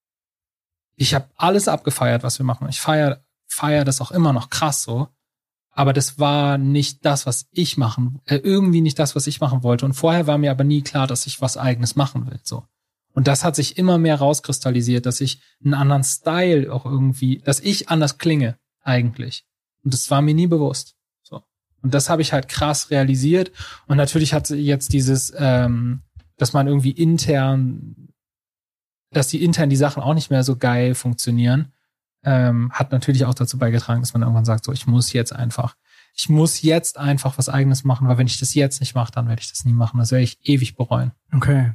ich habe alles abgefeiert, was wir machen. Ich feiere feier das auch immer noch krass so. Aber das war nicht das, was ich machen, äh, irgendwie nicht das, was ich machen wollte. Und vorher war mir aber nie klar, dass ich was Eigenes machen will, so. Und das hat sich immer mehr rauskristallisiert, dass ich einen anderen Style auch irgendwie, dass ich anders klinge, eigentlich. Und das war mir nie bewusst, so. Und das habe ich halt krass realisiert. Und natürlich hat jetzt dieses, ähm, dass man irgendwie intern, dass die intern die Sachen auch nicht mehr so geil funktionieren, ähm, hat natürlich auch dazu beigetragen, dass man irgendwann sagt, so, ich muss jetzt einfach, ich muss jetzt einfach was Eigenes machen, weil wenn ich das jetzt nicht mache, dann werde ich das nie machen. Das werde ich ewig bereuen. Okay.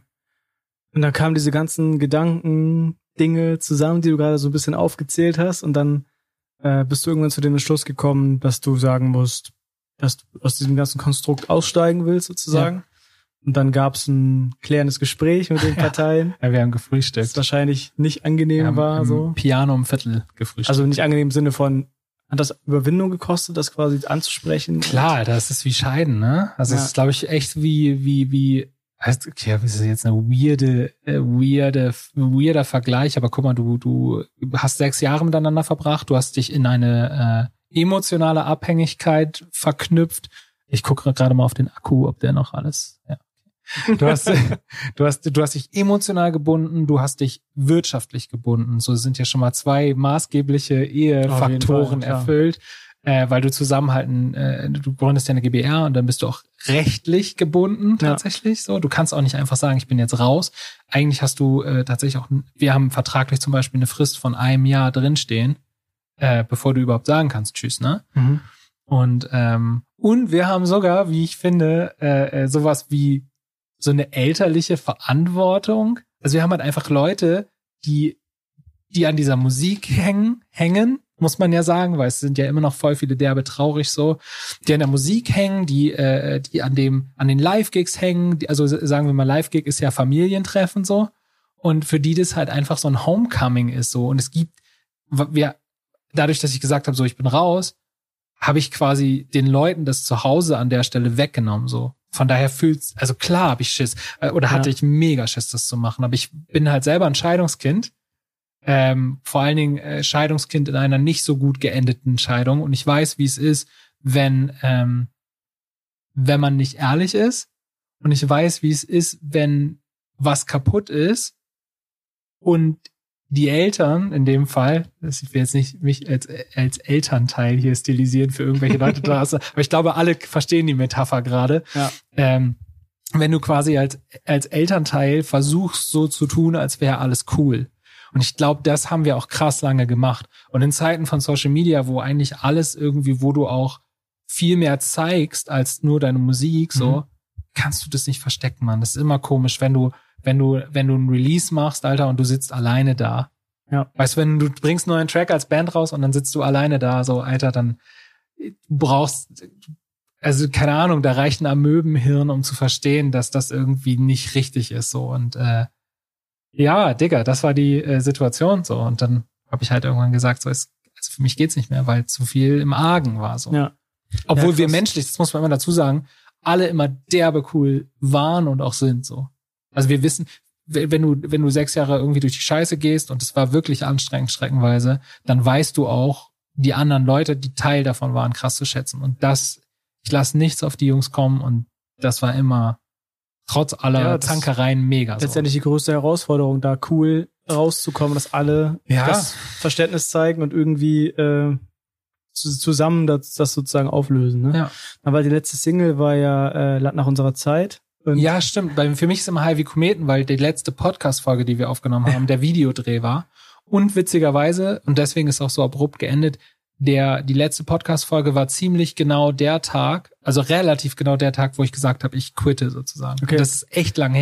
Und dann kamen diese ganzen Gedanken, Dinge zusammen, die du gerade so ein bisschen aufgezählt hast, und dann äh, bist du irgendwann zu dem Entschluss gekommen, dass du sagen musst, dass du aus diesem ganzen Konstrukt aussteigen willst, sozusagen. Ja. Und dann gab es ein klärendes Gespräch mit den Parteien. Ja, wir haben gefrühstückt. Das wahrscheinlich nicht angenehm wir war. Im so Piano im Viertel gefrühstückt. Also nicht angenehm im Sinne von, hat das Überwindung gekostet, das quasi anzusprechen? Klar, das ist wie Scheiden, ne? Also es Ja. ist, glaube ich, echt wie, wie, wie, heißt, okay, das ist jetzt eine weirde, äh, weirde, weirder Vergleich, aber guck mal, du, du hast sechs Jahre miteinander verbracht, du hast dich in eine äh, emotionale Abhängigkeit verknüpft. Ich gucke gerade mal auf den Akku, ob der noch alles, ja. Du hast, du hast, du hast dich emotional gebunden, du hast dich wirtschaftlich gebunden. So sind ja schon mal zwei maßgebliche Ehefaktoren Fall, erfüllt, äh, weil du zusammenhalten, äh, du gründest ja eine G b R und dann bist du auch rechtlich gebunden tatsächlich. Ja. So, du kannst auch nicht einfach sagen, ich bin jetzt raus. Eigentlich hast du äh, tatsächlich auch, wir haben vertraglich zum Beispiel eine Frist von einem Jahr drinstehen, äh, bevor du überhaupt sagen kannst, tschüss, ne? Mhm. Und ähm, und wir haben sogar, wie ich finde, äh, sowas wie so eine elterliche Verantwortung. Also wir haben halt einfach Leute, die die an dieser Musik hängen, hängen, muss man ja sagen, weil es sind ja immer noch voll viele derbe traurig so, die an der Musik hängen, die äh, die an dem an den Live-Gigs hängen, die, also sagen wir mal, Live-Gig ist ja Familientreffen so, und für die das halt einfach so ein Homecoming ist so. Und es gibt, wir, dadurch, dass ich gesagt habe, so ich bin raus, habe ich quasi den Leuten das Zuhause an der Stelle weggenommen so. Von daher fühlt's, also klar habe ich Schiss, oder hatte ja. ich mega Schiss, das zu machen, aber ich bin halt selber ein Scheidungskind, ähm, vor allen Dingen äh, Scheidungskind in einer nicht so gut geendeten Scheidung, und ich weiß, wie es ist, wenn ähm, wenn man nicht ehrlich ist, und ich weiß, wie es ist, wenn was kaputt ist und die Eltern, in dem Fall, ich will jetzt nicht mich als, als Elternteil hier stilisieren für irgendwelche Leute draußen, aber ich glaube, alle verstehen die Metapher gerade. Ja. Ähm, wenn du quasi als, als Elternteil versuchst, so zu tun, als wäre alles cool. Und ich glaube, das haben wir auch krass lange gemacht. Und in Zeiten von Social Media, wo eigentlich alles irgendwie, wo du auch viel mehr zeigst als nur deine Musik, so, mhm. kannst du das nicht verstecken, Mann. Das ist immer komisch, wenn du wenn du, wenn du ein Release machst, Alter, und du sitzt alleine da. Ja. Weißt du, wenn du bringst einen neuen Track als Band raus und dann sitzt du alleine da, so, Alter, dann du brauchst, also keine Ahnung, da reicht ein Amöbenhirn, um zu verstehen, dass das irgendwie nicht richtig ist, so. Und äh, ja, Digga, das war die äh, Situation, so. Und dann habe ich halt irgendwann gesagt, so, es, also für mich geht's nicht mehr, weil zu viel im Argen war, so. Ja. Obwohl ja, wir menschlich, das muss man immer dazu sagen, alle immer derbe cool waren und auch sind, so. Also wir wissen, wenn du, wenn du sechs Jahre irgendwie durch die Scheiße gehst und es war wirklich anstrengend streckenweise, dann weißt du auch, die anderen Leute, die Teil davon waren, krass zu schätzen. Und das, ich lasse nichts auf die Jungs kommen, und das war immer trotz aller ja, Zankereien mega so. Letztendlich die größte Herausforderung, da cool rauszukommen, dass alle ja. das Verständnis zeigen und irgendwie äh, zusammen das, das sozusagen auflösen. Ne? Ja. Aber die letzte Single war ja äh, Land nach unserer Zeit. Und ja, stimmt. Weil für mich ist immer High wie Kometen, weil die letzte Podcast-Folge, die wir aufgenommen haben, der Videodreh war. Und witzigerweise, und deswegen ist auch so abrupt geendet, der die letzte Podcast-Folge war ziemlich genau der Tag, also relativ genau der Tag, wo ich gesagt habe, ich quitte sozusagen. Okay. Und das ist echt lang her.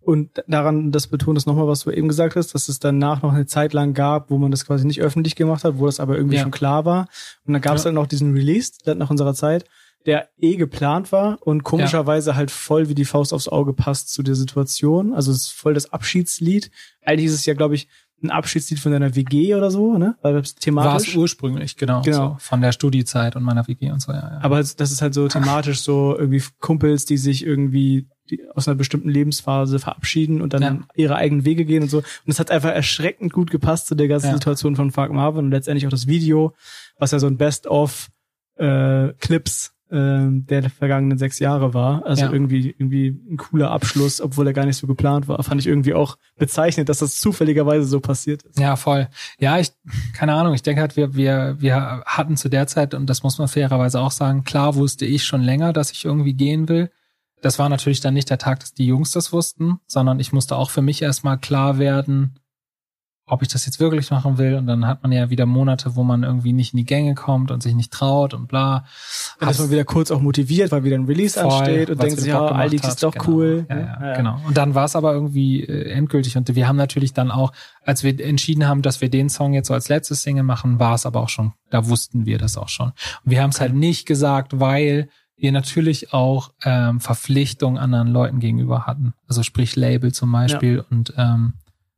und daran, das betont es nochmal, was du eben gesagt hast, dass es danach noch eine Zeit lang gab, wo man das quasi nicht öffentlich gemacht hat, wo das aber irgendwie Ja. schon klar war. Und dann gab es Ja. dann noch diesen Release nach unserer Zeit, der eh geplant war und komischerweise halt voll wie die Faust aufs Auge passt zu der Situation. Also es ist voll das Abschiedslied. Eigentlich ist es ja, glaube ich, ein Abschiedslied von deiner W G oder so, ne? Weil das War thematisch. es ursprünglich, genau. Genau. So, von der Studiezeit und meiner W G und so, ja. ja. Aber das ist halt so thematisch so irgendwie Kumpels, die sich irgendwie die aus einer bestimmten Lebensphase verabschieden und dann Ja. ihre eigenen Wege gehen und so. Und es hat einfach erschreckend gut gepasst zu der ganzen Ja. Situation von Fuck Marvin und letztendlich auch das Video, was ja so ein Best-of äh, Clips ähm, der vergangenen sechs Jahre war. Also Ja. irgendwie irgendwie ein cooler Abschluss, obwohl er gar nicht so geplant war. Fand ich irgendwie auch bezeichnend, dass das zufälligerweise so passiert ist. Ja, voll. Ja, ich, keine Ahnung, ich denke halt, wir, wir, wir hatten zu der Zeit, und das muss man fairerweise auch sagen, klar wusste ich schon länger, dass ich irgendwie gehen will. Das war natürlich dann nicht der Tag, dass die Jungs das wussten, sondern ich musste auch für mich erstmal klar werden, ob ich das jetzt wirklich machen will. Und dann hat man ja wieder Monate, wo man irgendwie nicht in die Gänge kommt und sich nicht traut und bla. Dann ist man wieder kurz auch motiviert, weil wieder ein Release Voll, ansteht und weil's denkt sich, wieder Bock ja, gemacht Aldix hat. ist doch Genau. cool. Ja, ne? ja, Ja, genau. Und dann war es aber irgendwie äh, endgültig. Und wir haben natürlich dann auch, als wir entschieden haben, dass wir den Song jetzt so als letztes Single machen, war es aber auch schon, da wussten wir das auch schon. Und wir haben es halt nicht gesagt, weil wir natürlich auch ähm, Verpflichtungen anderen Leuten gegenüber hatten. Also sprich Label zum Beispiel. Ja. Und ähm,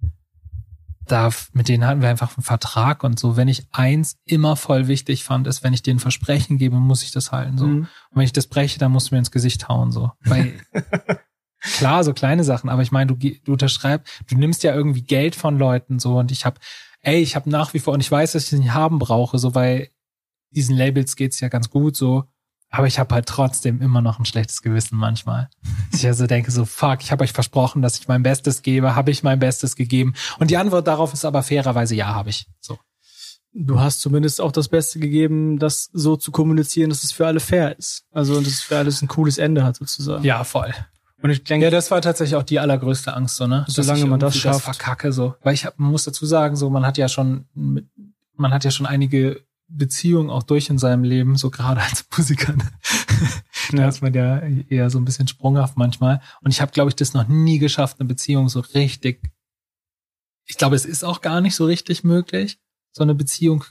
da mit denen hatten wir einfach einen Vertrag und so. Wenn ich eins immer voll wichtig fand, ist, wenn ich denen Versprechen gebe, muss ich das halten. So. Mhm. Und wenn ich das breche, dann musst du mir ins Gesicht hauen. So. Weil klar, so kleine Sachen, aber ich meine, du, du unterschreibst, du nimmst ja irgendwie Geld von Leuten so und ich habe, ey, ich habe nach wie vor, und ich weiß, dass ich es nicht haben brauche, so, weil diesen Labels geht's ja ganz gut so. Aber ich habe halt trotzdem immer noch ein schlechtes Gewissen manchmal. Ich also denke so, fuck, ich habe euch versprochen, dass ich mein Bestes gebe. Habe ich mein Bestes gegeben? Und die Antwort darauf ist aber fairerweise ja, habe ich. So. Du hast zumindest auch das Beste gegeben, das so zu kommunizieren, dass es für alle fair ist. Also und dass es für alles ein cooles Ende hat sozusagen. Ja, voll. Und ich denke, ja, das war tatsächlich auch die allergrößte Angst, so, ne? Solange man das schafft. Das verkacke, so. Weil ich hab, man muss dazu sagen, so, man hat ja schon, man hat ja schon einige Beziehung auch durch in seinem Leben, so gerade als Musiker. Da ja. ist man ja eher so ein bisschen sprunghaft manchmal. Und ich habe, glaube ich, das noch nie geschafft, eine Beziehung so richtig, ich glaube, es ist auch gar nicht so richtig möglich, so eine Beziehung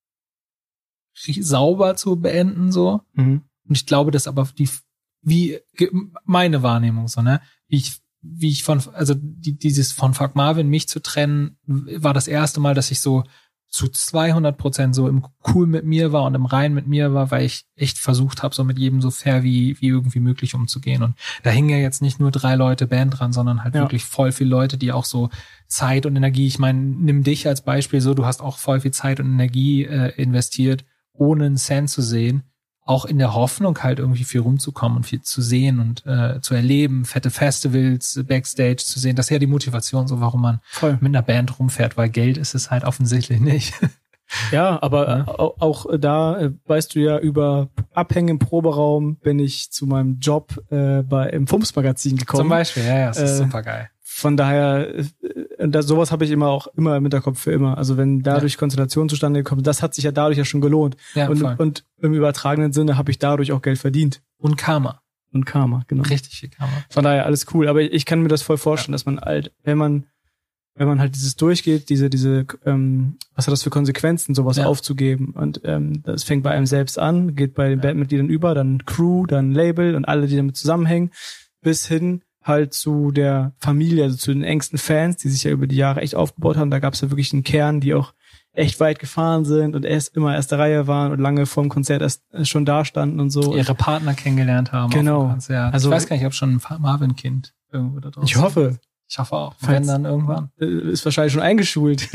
sauber zu beenden, so. Mhm. Und ich glaube, dass aber die, wie meine Wahrnehmung so, ne, wie ich, wie ich von, also die, dieses von Fuck Marvin mich zu trennen, war das erste Mal, dass ich so zu zweihundert Prozent so im Cool mit mir war und im Rein mit mir war, weil ich echt versucht habe, so mit jedem so fair wie wie irgendwie möglich umzugehen. Und da hingen ja jetzt nicht nur drei Leute Band dran, sondern halt ja. wirklich voll viele Leute, die auch so Zeit und Energie, ich meine, nimm dich als Beispiel so, du hast auch voll viel Zeit und Energie äh, investiert, ohne einen Cent zu sehen, auch in der Hoffnung halt irgendwie viel rumzukommen und viel zu sehen und äh, zu erleben, fette Festivals, Backstage zu sehen. Das ist ja die Motivation, so warum man Voll. mit einer Band rumfährt, weil Geld ist es halt offensichtlich nicht. Ja, aber ja. Auch, auch da äh, weißt du ja, über Abhängen im Proberaum bin ich zu meinem Job äh, bei im Fumps-Magazin gekommen. Zum Beispiel, ja, ja, das ist äh, super geil. Von daher, äh, das, sowas habe ich immer auch immer im Hinterkopf für immer. Also wenn dadurch ja. Konstellation zustande gekommen, das hat sich ja dadurch ja schon gelohnt. Ja, und, und im übertragenen Sinne habe ich dadurch auch Geld verdient. Und Karma. Und Karma, genau. Richtig viel Karma. Von daher alles cool. Aber ich kann mir das voll vorstellen, ja. dass man halt, wenn man wenn man halt dieses durchgeht, diese, diese, ähm, was hat das für Konsequenzen, sowas ja. aufzugeben. Und ähm, das fängt bei einem selbst an, geht bei den ja. Bandmitgliedern über, dann Crew, dann Label und alle, die damit zusammenhängen, bis hin halt zu der Familie, also zu den engsten Fans, die sich ja über die Jahre echt aufgebaut haben. Da gab es ja wirklich einen Kern, die auch echt weit gefahren sind und erst immer erste Reihe waren und lange vorm Konzert erst schon da standen und so. Ihre Partner kennengelernt haben. Genau. Auf dem Konzert. Also, ich weiß gar nicht, ob schon ein Marvin-Kind irgendwo da draußen. Ich hoffe. Ich hoffe auch. Wenn dann irgendwann. Ist wahrscheinlich schon eingeschult.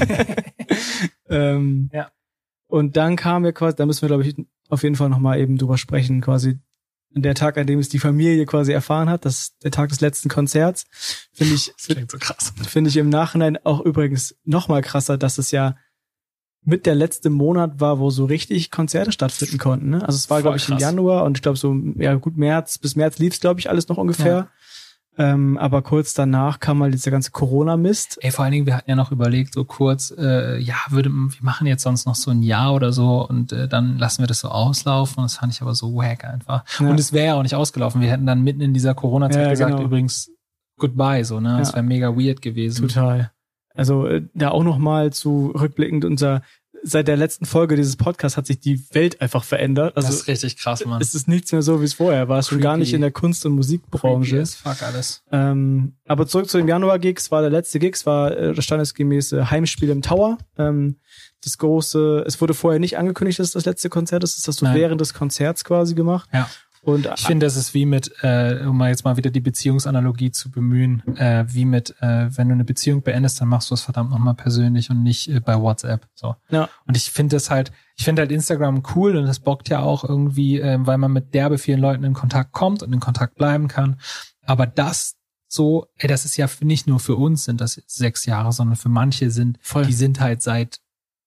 ähm, ja. Und dann kam wir quasi, da müssen wir, glaube ich, auf jeden Fall nochmal eben drüber sprechen, quasi der Tag, an dem es die Familie quasi erfahren hat, das ist der Tag des letzten Konzerts, finde ich, das klingt so krass. Finde ich im Nachhinein auch übrigens nochmal krasser, dass es ja mit der letzte Monat war, wo so richtig Konzerte stattfinden konnten. Ne? Also es war, glaube ich, im Januar und ich glaube so, ja gut, März, bis März lief es, glaube ich, alles noch ungefähr. Ja. Ähm, aber kurz danach kam mal dieser ganze Corona-Mist. Ey, vor allen Dingen, wir hatten ja noch überlegt, so kurz, äh, ja, würde, wir machen jetzt sonst noch so ein Jahr oder so und äh, dann lassen wir das so auslaufen. Und das fand ich aber so wack einfach. Ja. Und es wäre ja auch nicht ausgelaufen. Wir hätten dann mitten in dieser Corona-Zeit ja, gesagt, genau. übrigens, goodbye, so, ne? Ja. Das wäre mega weird gewesen. Total. Also äh, da auch noch mal zu rückblickend unser seit der letzten Folge dieses Podcasts hat sich die Welt einfach verändert. Also das ist richtig krass, Mann. es ist nichts mehr so, wie es vorher war. Es schon gar nicht in der Kunst- und Musikbranche. Creepy as fuck alles. Ähm, aber zurück zu dem Januar-Gigs, war der letzte Gigs, war äh, das standesgemäße Heimspiel im Tower. Ähm, das große, es wurde vorher nicht angekündigt, dass es das letzte Konzert ist. Das hast du Nein. während des Konzerts quasi gemacht. Ja. Und Ich finde, das ist wie mit, äh, um mal jetzt mal wieder die Beziehungsanalogie zu bemühen, äh, wie mit, äh, wenn du eine Beziehung beendest, dann machst du es verdammt nochmal persönlich und nicht äh, bei WhatsApp. So. ja, Und ich finde das halt, ich finde halt Instagram cool und das bockt ja auch irgendwie, äh, weil man mit derbe vielen Leuten in Kontakt kommt und in Kontakt bleiben kann. Aber das so, ey, das ist ja für, nicht nur für uns sind das sechs Jahre, sondern für manche sind, Voll. die sind halt seit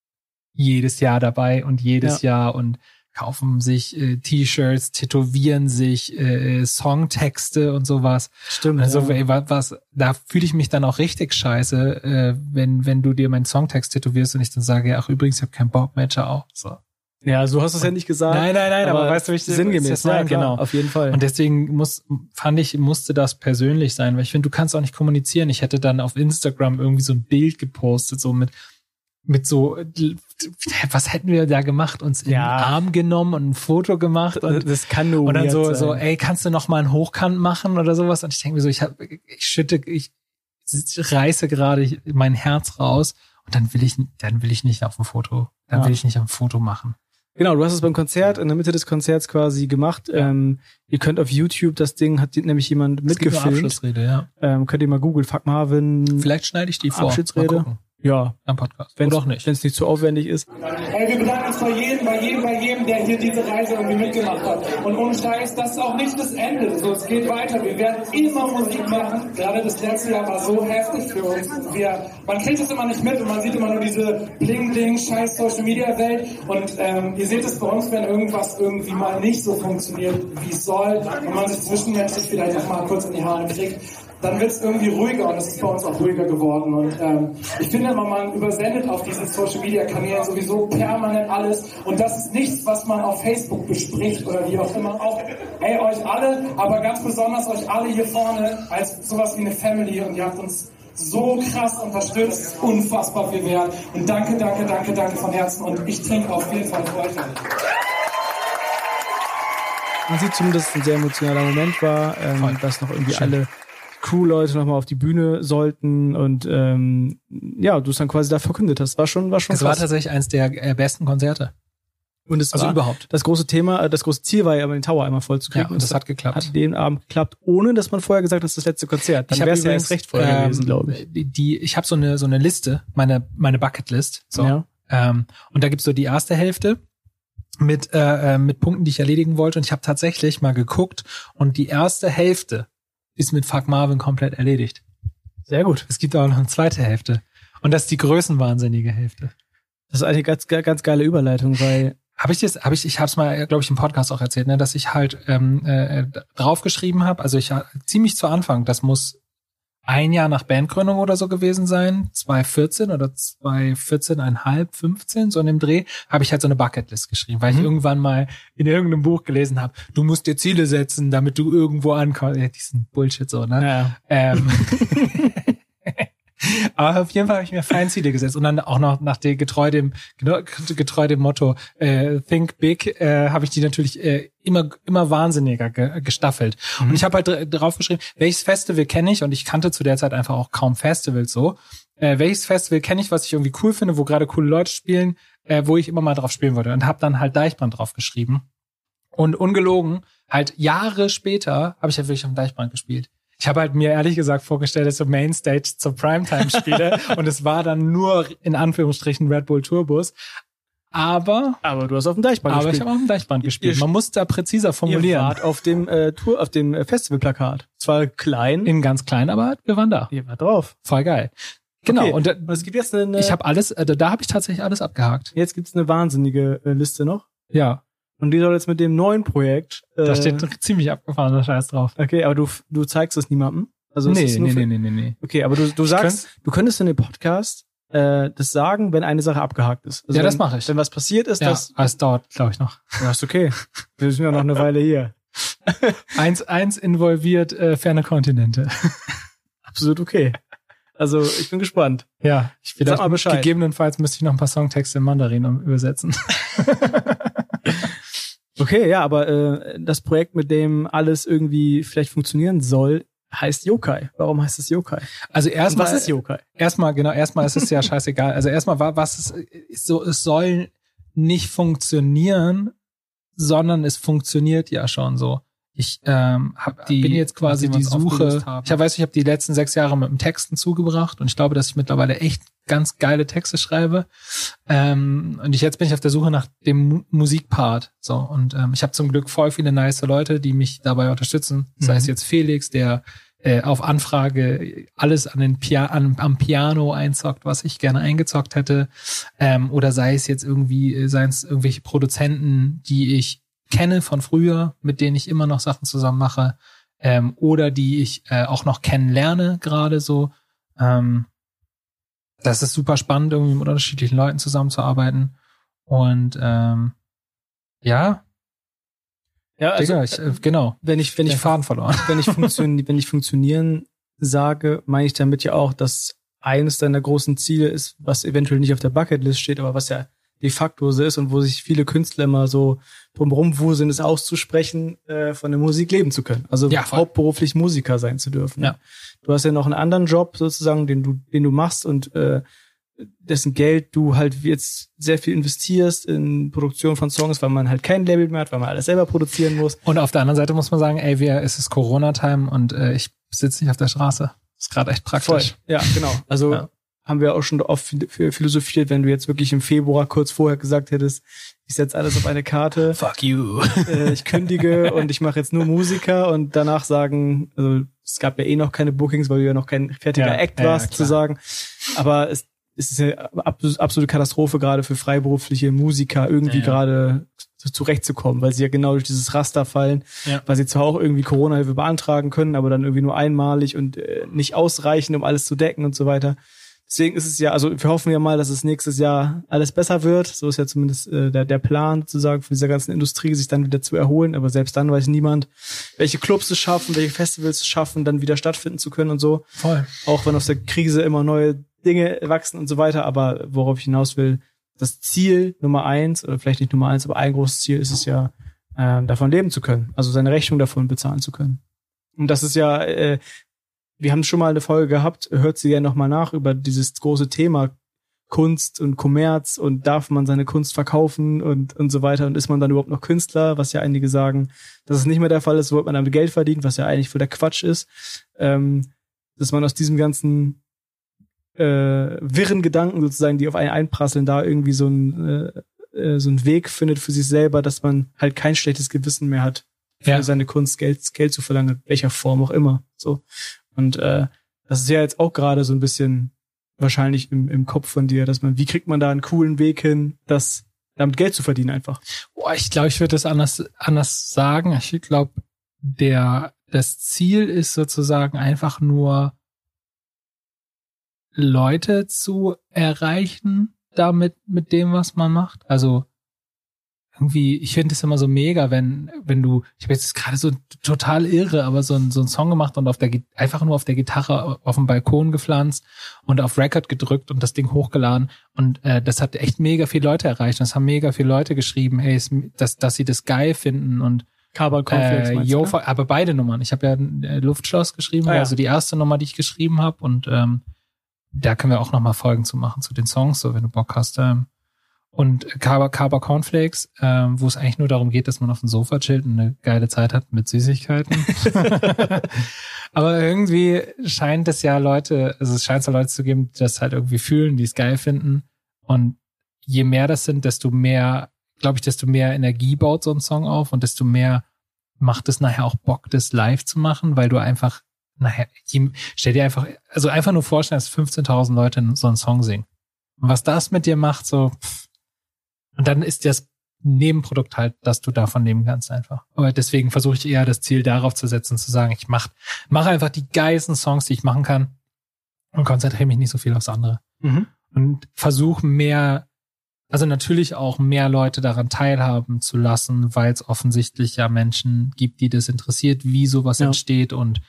jedes Jahr dabei und jedes Ja. Jahr und kaufen sich äh, T-Shirts, tätowieren sich äh, Songtexte und sowas. stimmt. Also ja. ey, was, was da fühle ich mich dann auch richtig scheiße, äh, wenn wenn du dir meinen Songtext tätowierst und ich dann sage, ach übrigens, ich habe keinen Bock, Matcher auch. So. Ja, so hast du es ja nicht gesagt. Nein, nein, nein, aber, weißt du, wie ich sinngemäß, das meine? ja, klar, Genau. auf jeden Fall. Und deswegen muss, fand ich, musste das persönlich sein, weil ich finde, du kannst auch nicht kommunizieren. Ich hätte dann auf Instagram irgendwie so ein Bild gepostet, so mit, mit so, was hätten wir da gemacht? Uns in Ja. den Arm genommen und ein Foto gemacht und, das kann nur und dann weird so, sein. so, ey, kannst du noch mal einen Hochkant machen oder sowas? Und ich denke mir so, ich hab, ich schütte, ich reiße gerade mein Herz raus und dann will ich, dann will ich nicht auf ein Foto, dann Ja. will ich nicht auf ein Foto machen. Genau, du hast es beim Konzert in der Mitte des Konzerts quasi gemacht. Ähm, ihr könnt auf YouTube, das Ding hat nämlich jemand Es gibt nur mitgefilmt. Abschlussrede, ja. Ähm, könnt ihr mal googeln, Fuck Marvin. Vielleicht schneide ich die vor. Abschiedsrede. Mal gucken. Ja, Am Podcast. wenn Oder auch nicht. es nicht zu aufwendig ist. Ey, wir bedanken uns bei jedem, bei jedem, bei jedem, der hier diese Reise irgendwie mitgemacht hat. Und ohne Scheiß, das ist auch nicht das Ende. So, es geht weiter. Wir werden immer Musik machen. Gerade das letzte Jahr war so heftig für uns. Wir, man kriegt es immer nicht mit und man sieht immer nur diese bling-bling scheiß Social-Media-Welt. Und ähm, ihr seht es bei uns, wenn irgendwas irgendwie mal nicht so funktioniert, wie es soll, und man sich zwischenmenschlich vielleicht auch mal kurz in die Haare kriegt, dann wird es irgendwie ruhiger und es ist bei uns auch ruhiger geworden. Und ähm, ich finde immer, man übersendet auf diesen Social-Media-Kanälen sowieso permanent alles. Und das ist nichts, was man auf Facebook bespricht oder wie auch immer. Auch, ey, euch alle, aber ganz besonders euch alle hier vorne als sowas wie eine Family. Und ihr habt uns so krass unterstützt, unfassbar viel wert. Und danke, danke, danke, danke von Herzen. Und ich trinke auf jeden Fall für euch. Man sieht zumindest, dass es ein sehr emotionaler Moment war, ähm, dass noch irgendwie alle Crew-Leute nochmal auf die Bühne sollten und ähm, ja, du es dann quasi da verkündet hast. War schon, war schon Es war krass. tatsächlich eins der äh, besten Konzerte. Und es Also war überhaupt. das große Thema, äh, das große Ziel war ja immer den Tower einmal voll zu kriegen. Ja, und das hat geklappt. Hat den Abend geklappt, ohne dass man vorher gesagt hat, das ist das letzte Konzert. Dann Ich hab wäre es ja übrigens, erst recht vorher ähm, gewesen, glaube ich. Die, die, ich habe so eine so eine Liste, meine meine Bucketlist. So. Ja. Ähm, und da gibt's so die erste Hälfte mit äh, äh, mit Punkten, die ich erledigen wollte. Und ich habe tatsächlich mal geguckt und die erste Hälfte ist mit Fuck Marvin komplett erledigt. Sehr gut. Es gibt aber noch eine zweite Hälfte. Und das ist die größenwahnsinnige Hälfte. Das ist eine ganz, ganz geile Überleitung, weil Habe ich das, habe ich, ich habe es mal, glaube ich, im Podcast auch erzählt, ne, dass ich halt ähm, äh, draufgeschrieben habe. Also ich ziemlich zu Anfang, das muss ein Jahr nach Bandgründung oder so gewesen sein, zwanzig vierzehn oder zwanzig vierzehn, einhalb, fünfzehn, so in dem Dreh, habe ich halt so eine Bucketlist geschrieben, weil Mhm. ich irgendwann mal in irgendeinem Buch gelesen habe, du musst dir Ziele setzen, damit du irgendwo ankommst. Ja, diesen Bullshit so, ne? ja, Ähm, aber auf jeden Fall habe ich mir Feinziele gesetzt und dann auch noch nach dem getreu dem getreu dem Motto äh, Think Big äh, habe ich die natürlich äh, immer immer wahnsinniger ge gestaffelt. Mhm. Und ich habe halt dr drauf geschrieben, welches Festival kenne ich, und ich kannte zu der Zeit einfach auch kaum Festivals so. Äh, welches Festival kenne ich, was ich irgendwie cool finde, wo gerade coole Leute spielen, äh, wo ich immer mal drauf spielen würde, und habe dann halt Deichbrand drauf geschrieben. Und ungelogen, halt Jahre später habe ich halt wirklich am Deichbrand gespielt. Ich habe halt mir ehrlich gesagt vorgestellt, dass ich so Mainstage zur Primetime spiele und es war dann nur in Anführungsstrichen Red Bull Tourbus. Aber, aber du hast auf dem Deichbrand aber ich gespielt. habe auch im Deichbrand gespielt. Ihr- Man muss da präziser Ihr formulieren. wart auf dem äh, Tour, auf dem äh, Festivalplakat. Zwar klein, In ganz klein, aber wir waren da. ihr wart drauf. Voll geil. Genau. Okay, Und da, und es gibt jetzt eine, ich habe alles, äh, da habe ich tatsächlich alles abgehakt. jetzt gibt's eine wahnsinnige äh, Liste noch. Ja, Und die soll jetzt mit dem neuen Projekt. Äh, da steht ziemlich abgefahrener Scheiß drauf. Okay, aber du du zeigst es niemandem. Also es Nee, ist nur nee, für, nee, nee, nee, nee. Okay, aber du du sagst, du könntest in dem Podcast äh, das sagen, wenn eine Sache abgehakt ist. Also Ja, wenn, das mache ich. Wenn was passiert ist, Ja, das aber es dauert, glaube ich, noch. ja, ist okay. Wir sind ja noch eine Weile hier. Eins, eins involviert äh, ferne Kontinente. absolut okay. Also ich bin gespannt. Ja, ich Sag mal Bescheid. Gegebenenfalls müsste ich noch ein paar Songtexte in Mandarin übersetzen. Okay, ja, aber äh, das Projekt, mit dem alles irgendwie vielleicht funktionieren soll, heißt Yokai. Warum heißt es Yokai? Also erstmal, was ist Yokai? Erstmal, genau, erstmal ist es ja scheißegal. Also erstmal war, was es ist so, es soll nicht funktionieren, sondern es funktioniert ja schon so. Ich ähm, habe die bin jetzt quasi die Suche. Ich hab, weiß, ich habe die letzten sechs Jahre mit dem Texten zugebracht und ich glaube, dass ich mittlerweile echt ganz geile Texte schreibe. Ähm, und ich jetzt bin ich auf der Suche nach dem Mu- Musikpart. So und ähm, ich habe zum Glück voll viele nice Leute, die mich dabei unterstützen. Mhm. Sei es jetzt Felix, der äh, auf Anfrage alles an den Pia- an, am Piano einzockt, was ich gerne eingezockt hätte, ähm, oder sei es jetzt irgendwie, seien es irgendwelche Produzenten, die ich kenne von früher, mit denen ich immer noch Sachen zusammen mache, ähm, oder die ich äh, auch noch kennenlerne gerade so. Ähm, das ist super spannend, irgendwie mit unterschiedlichen Leuten zusammenzuarbeiten. Und ähm, ja, ja, also, Digga, ich, äh, genau. Wenn ich, wenn Den ich Faden verloren. Wenn ich funktionieren, wenn ich funktionieren sage, meine ich damit ja auch, dass eines deiner großen Ziele ist, was eventuell nicht auf der Bucketlist steht, aber was ja de facto so ist und wo sich viele Künstler immer so drumherum wuseln, es auszusprechen, äh, von der Musik leben zu können. Also ja, hauptberuflich Musiker sein zu dürfen. Ja. Du hast ja noch einen anderen Job sozusagen, den du, den du machst und äh, dessen Geld du halt jetzt sehr viel investierst in Produktion von Songs, weil man halt kein Label mehr hat, weil man alles selber produzieren muss. Und auf der anderen Seite muss man sagen, ey, wir, es ist Corona-Time und äh, ich sitze nicht auf der Straße. Ist gerade echt praktisch. Voll. Ja, genau. Also ja. Haben wir auch schon oft philosophiert, wenn du jetzt wirklich im Februar kurz vorher gesagt hättest, ich setze alles auf eine Karte. Fuck you. Äh, ich kündige und ich mache jetzt nur Musiker und danach sagen, also es gab ja eh noch keine Bookings, weil du ja noch kein fertiger ja, Act warst, ja, zu sagen. Aber es, es ist eine absolute Katastrophe gerade für freiberufliche Musiker, irgendwie ja, ja. gerade zurechtzukommen, weil sie ja genau durch dieses Raster fallen, ja. weil sie zwar auch irgendwie Corona-Hilfe beantragen können, aber dann irgendwie nur einmalig und äh, nicht ausreichend, um alles zu decken und so weiter. Deswegen ist es ja, also wir hoffen ja mal, dass es nächstes Jahr alles besser wird. So ist ja zumindest äh, der, der Plan sozusagen für dieser ganzen Industrie, sich dann wieder zu erholen. Aber selbst dann weiß niemand, welche Clubs es schaffen, welche Festivals es schaffen, dann wieder stattfinden zu können und so. Voll. Auch wenn aus der Krise immer neue Dinge wachsen und so weiter. Aber worauf ich hinaus will, das Ziel Nummer eins, oder vielleicht nicht Nummer eins, aber ein großes Ziel ist es ja, äh, davon leben zu können. Also seine Rechnung davon bezahlen zu können. Und das ist ja, äh, wir haben schon mal eine Folge gehabt, hört sie gerne nochmal nach, über dieses große Thema Kunst und Kommerz und darf man seine Kunst verkaufen und und so weiter und ist man dann überhaupt noch Künstler, was ja einige sagen, dass es nicht mehr der Fall ist, wo man damit Geld verdient, was ja eigentlich voll der Quatsch ist, ähm, dass man aus diesem ganzen äh, wirren Gedanken sozusagen, die auf einen einprasseln, da irgendwie so ein äh, äh, so einen Weg findet für sich selber, dass man halt kein schlechtes Gewissen mehr hat, für ja. seine Kunst Geld Geld zu verlangen, in welcher Form auch immer, so. Und äh, das ist ja jetzt auch gerade so ein bisschen wahrscheinlich im, im Kopf von dir, dass man, wie kriegt man da einen coolen Weg hin, das damit Geld zu verdienen einfach? Boah, ich glaube, ich würde das anders anders sagen. Ich glaube, der das Ziel ist sozusagen einfach nur Leute zu erreichen, damit mit dem, was man macht. Also irgendwie, ich finde es immer so mega, wenn wenn du, ich habe jetzt gerade so total irre, aber so ein so ein Song gemacht und auf der einfach nur auf der Gitarre auf dem Balkon gepflanzt und auf Record gedrückt und das Ding hochgeladen und äh, das hat echt mega viele Leute erreicht. Und es haben mega viele Leute geschrieben, hey, dass dass sie das geil finden und Carbon Cornflakes, äh, yo, du, aber beide Nummern. Ich habe ja äh, Luftschloss geschrieben, ah, ja. also die erste Nummer, die ich geschrieben habe und ähm, da können wir auch nochmal Folgen zu machen zu den Songs, so wenn du Bock hast. Ähm, Und Carver, Carver Cornflakes, ähm, wo es eigentlich nur darum geht, dass man auf dem Sofa chillt und eine geile Zeit hat mit Süßigkeiten. Aber irgendwie scheint es ja Leute, also es scheint so Leute zu geben, die das halt irgendwie fühlen, die es geil finden. Und je mehr das sind, desto mehr, glaube ich, desto mehr Energie baut so ein Song auf und desto mehr macht es nachher auch Bock, das live zu machen, weil du einfach, nachher, stell dir einfach, also einfach nur vorstellen, dass fünfzehntausend Leute so einen Song singen. Und was das mit dir macht, so, pff, und dann ist das Nebenprodukt halt, dass du davon leben kannst einfach. Aber deswegen versuche ich eher das Ziel darauf zu setzen, zu sagen, ich mach, mache einfach die geilsten Songs, die ich machen kann und konzentriere mich nicht so viel aufs andere. Mhm. Und versuche mehr, also natürlich auch mehr Leute daran teilhaben zu lassen, weil es offensichtlich ja Menschen gibt, die das interessiert, wie sowas ja. entsteht und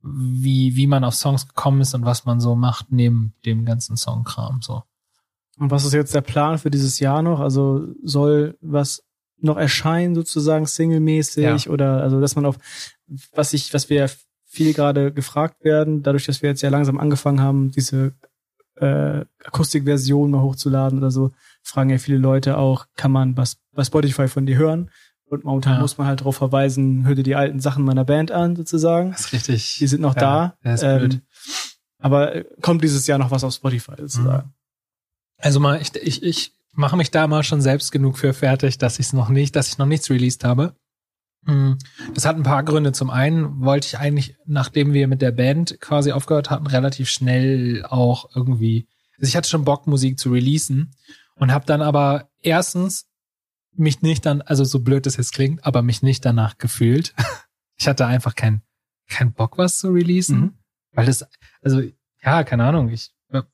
wie wie man auf Songs gekommen ist und was man so macht neben dem ganzen Songkram so. Und was ist jetzt der Plan für dieses Jahr noch? Also soll was noch erscheinen sozusagen singlemäßig ja. oder also dass man auf was ich was wir viel gerade gefragt werden, dadurch, dass wir jetzt ja langsam angefangen haben, diese äh, Akustikversion mal hochzuladen oder so, fragen ja viele Leute auch, kann man was bei Spotify von dir hören? Und momentan ja. muss man halt darauf verweisen, hör dir die alten Sachen meiner Band an, sozusagen. Das ist richtig. Die sind noch ja, da. Ist ähm, blöd. Aber kommt dieses Jahr noch was auf Spotify, sozusagen. Also mal, ich, ich, ich mache mich da mal schon selbst genug für fertig, dass ich es noch nicht, dass ich noch nichts released habe. Das hat ein paar Gründe. Zum einen wollte ich eigentlich, nachdem wir mit der Band quasi aufgehört hatten, relativ schnell auch irgendwie, also ich hatte schon Bock, Musik zu releasen und habe dann aber erstens mich nicht dann, also so blöd es jetzt klingt, aber mich nicht danach gefühlt. Ich hatte einfach keinen kein Bock, was zu releasen, mhm. weil das, also ja, keine Ahnung, ich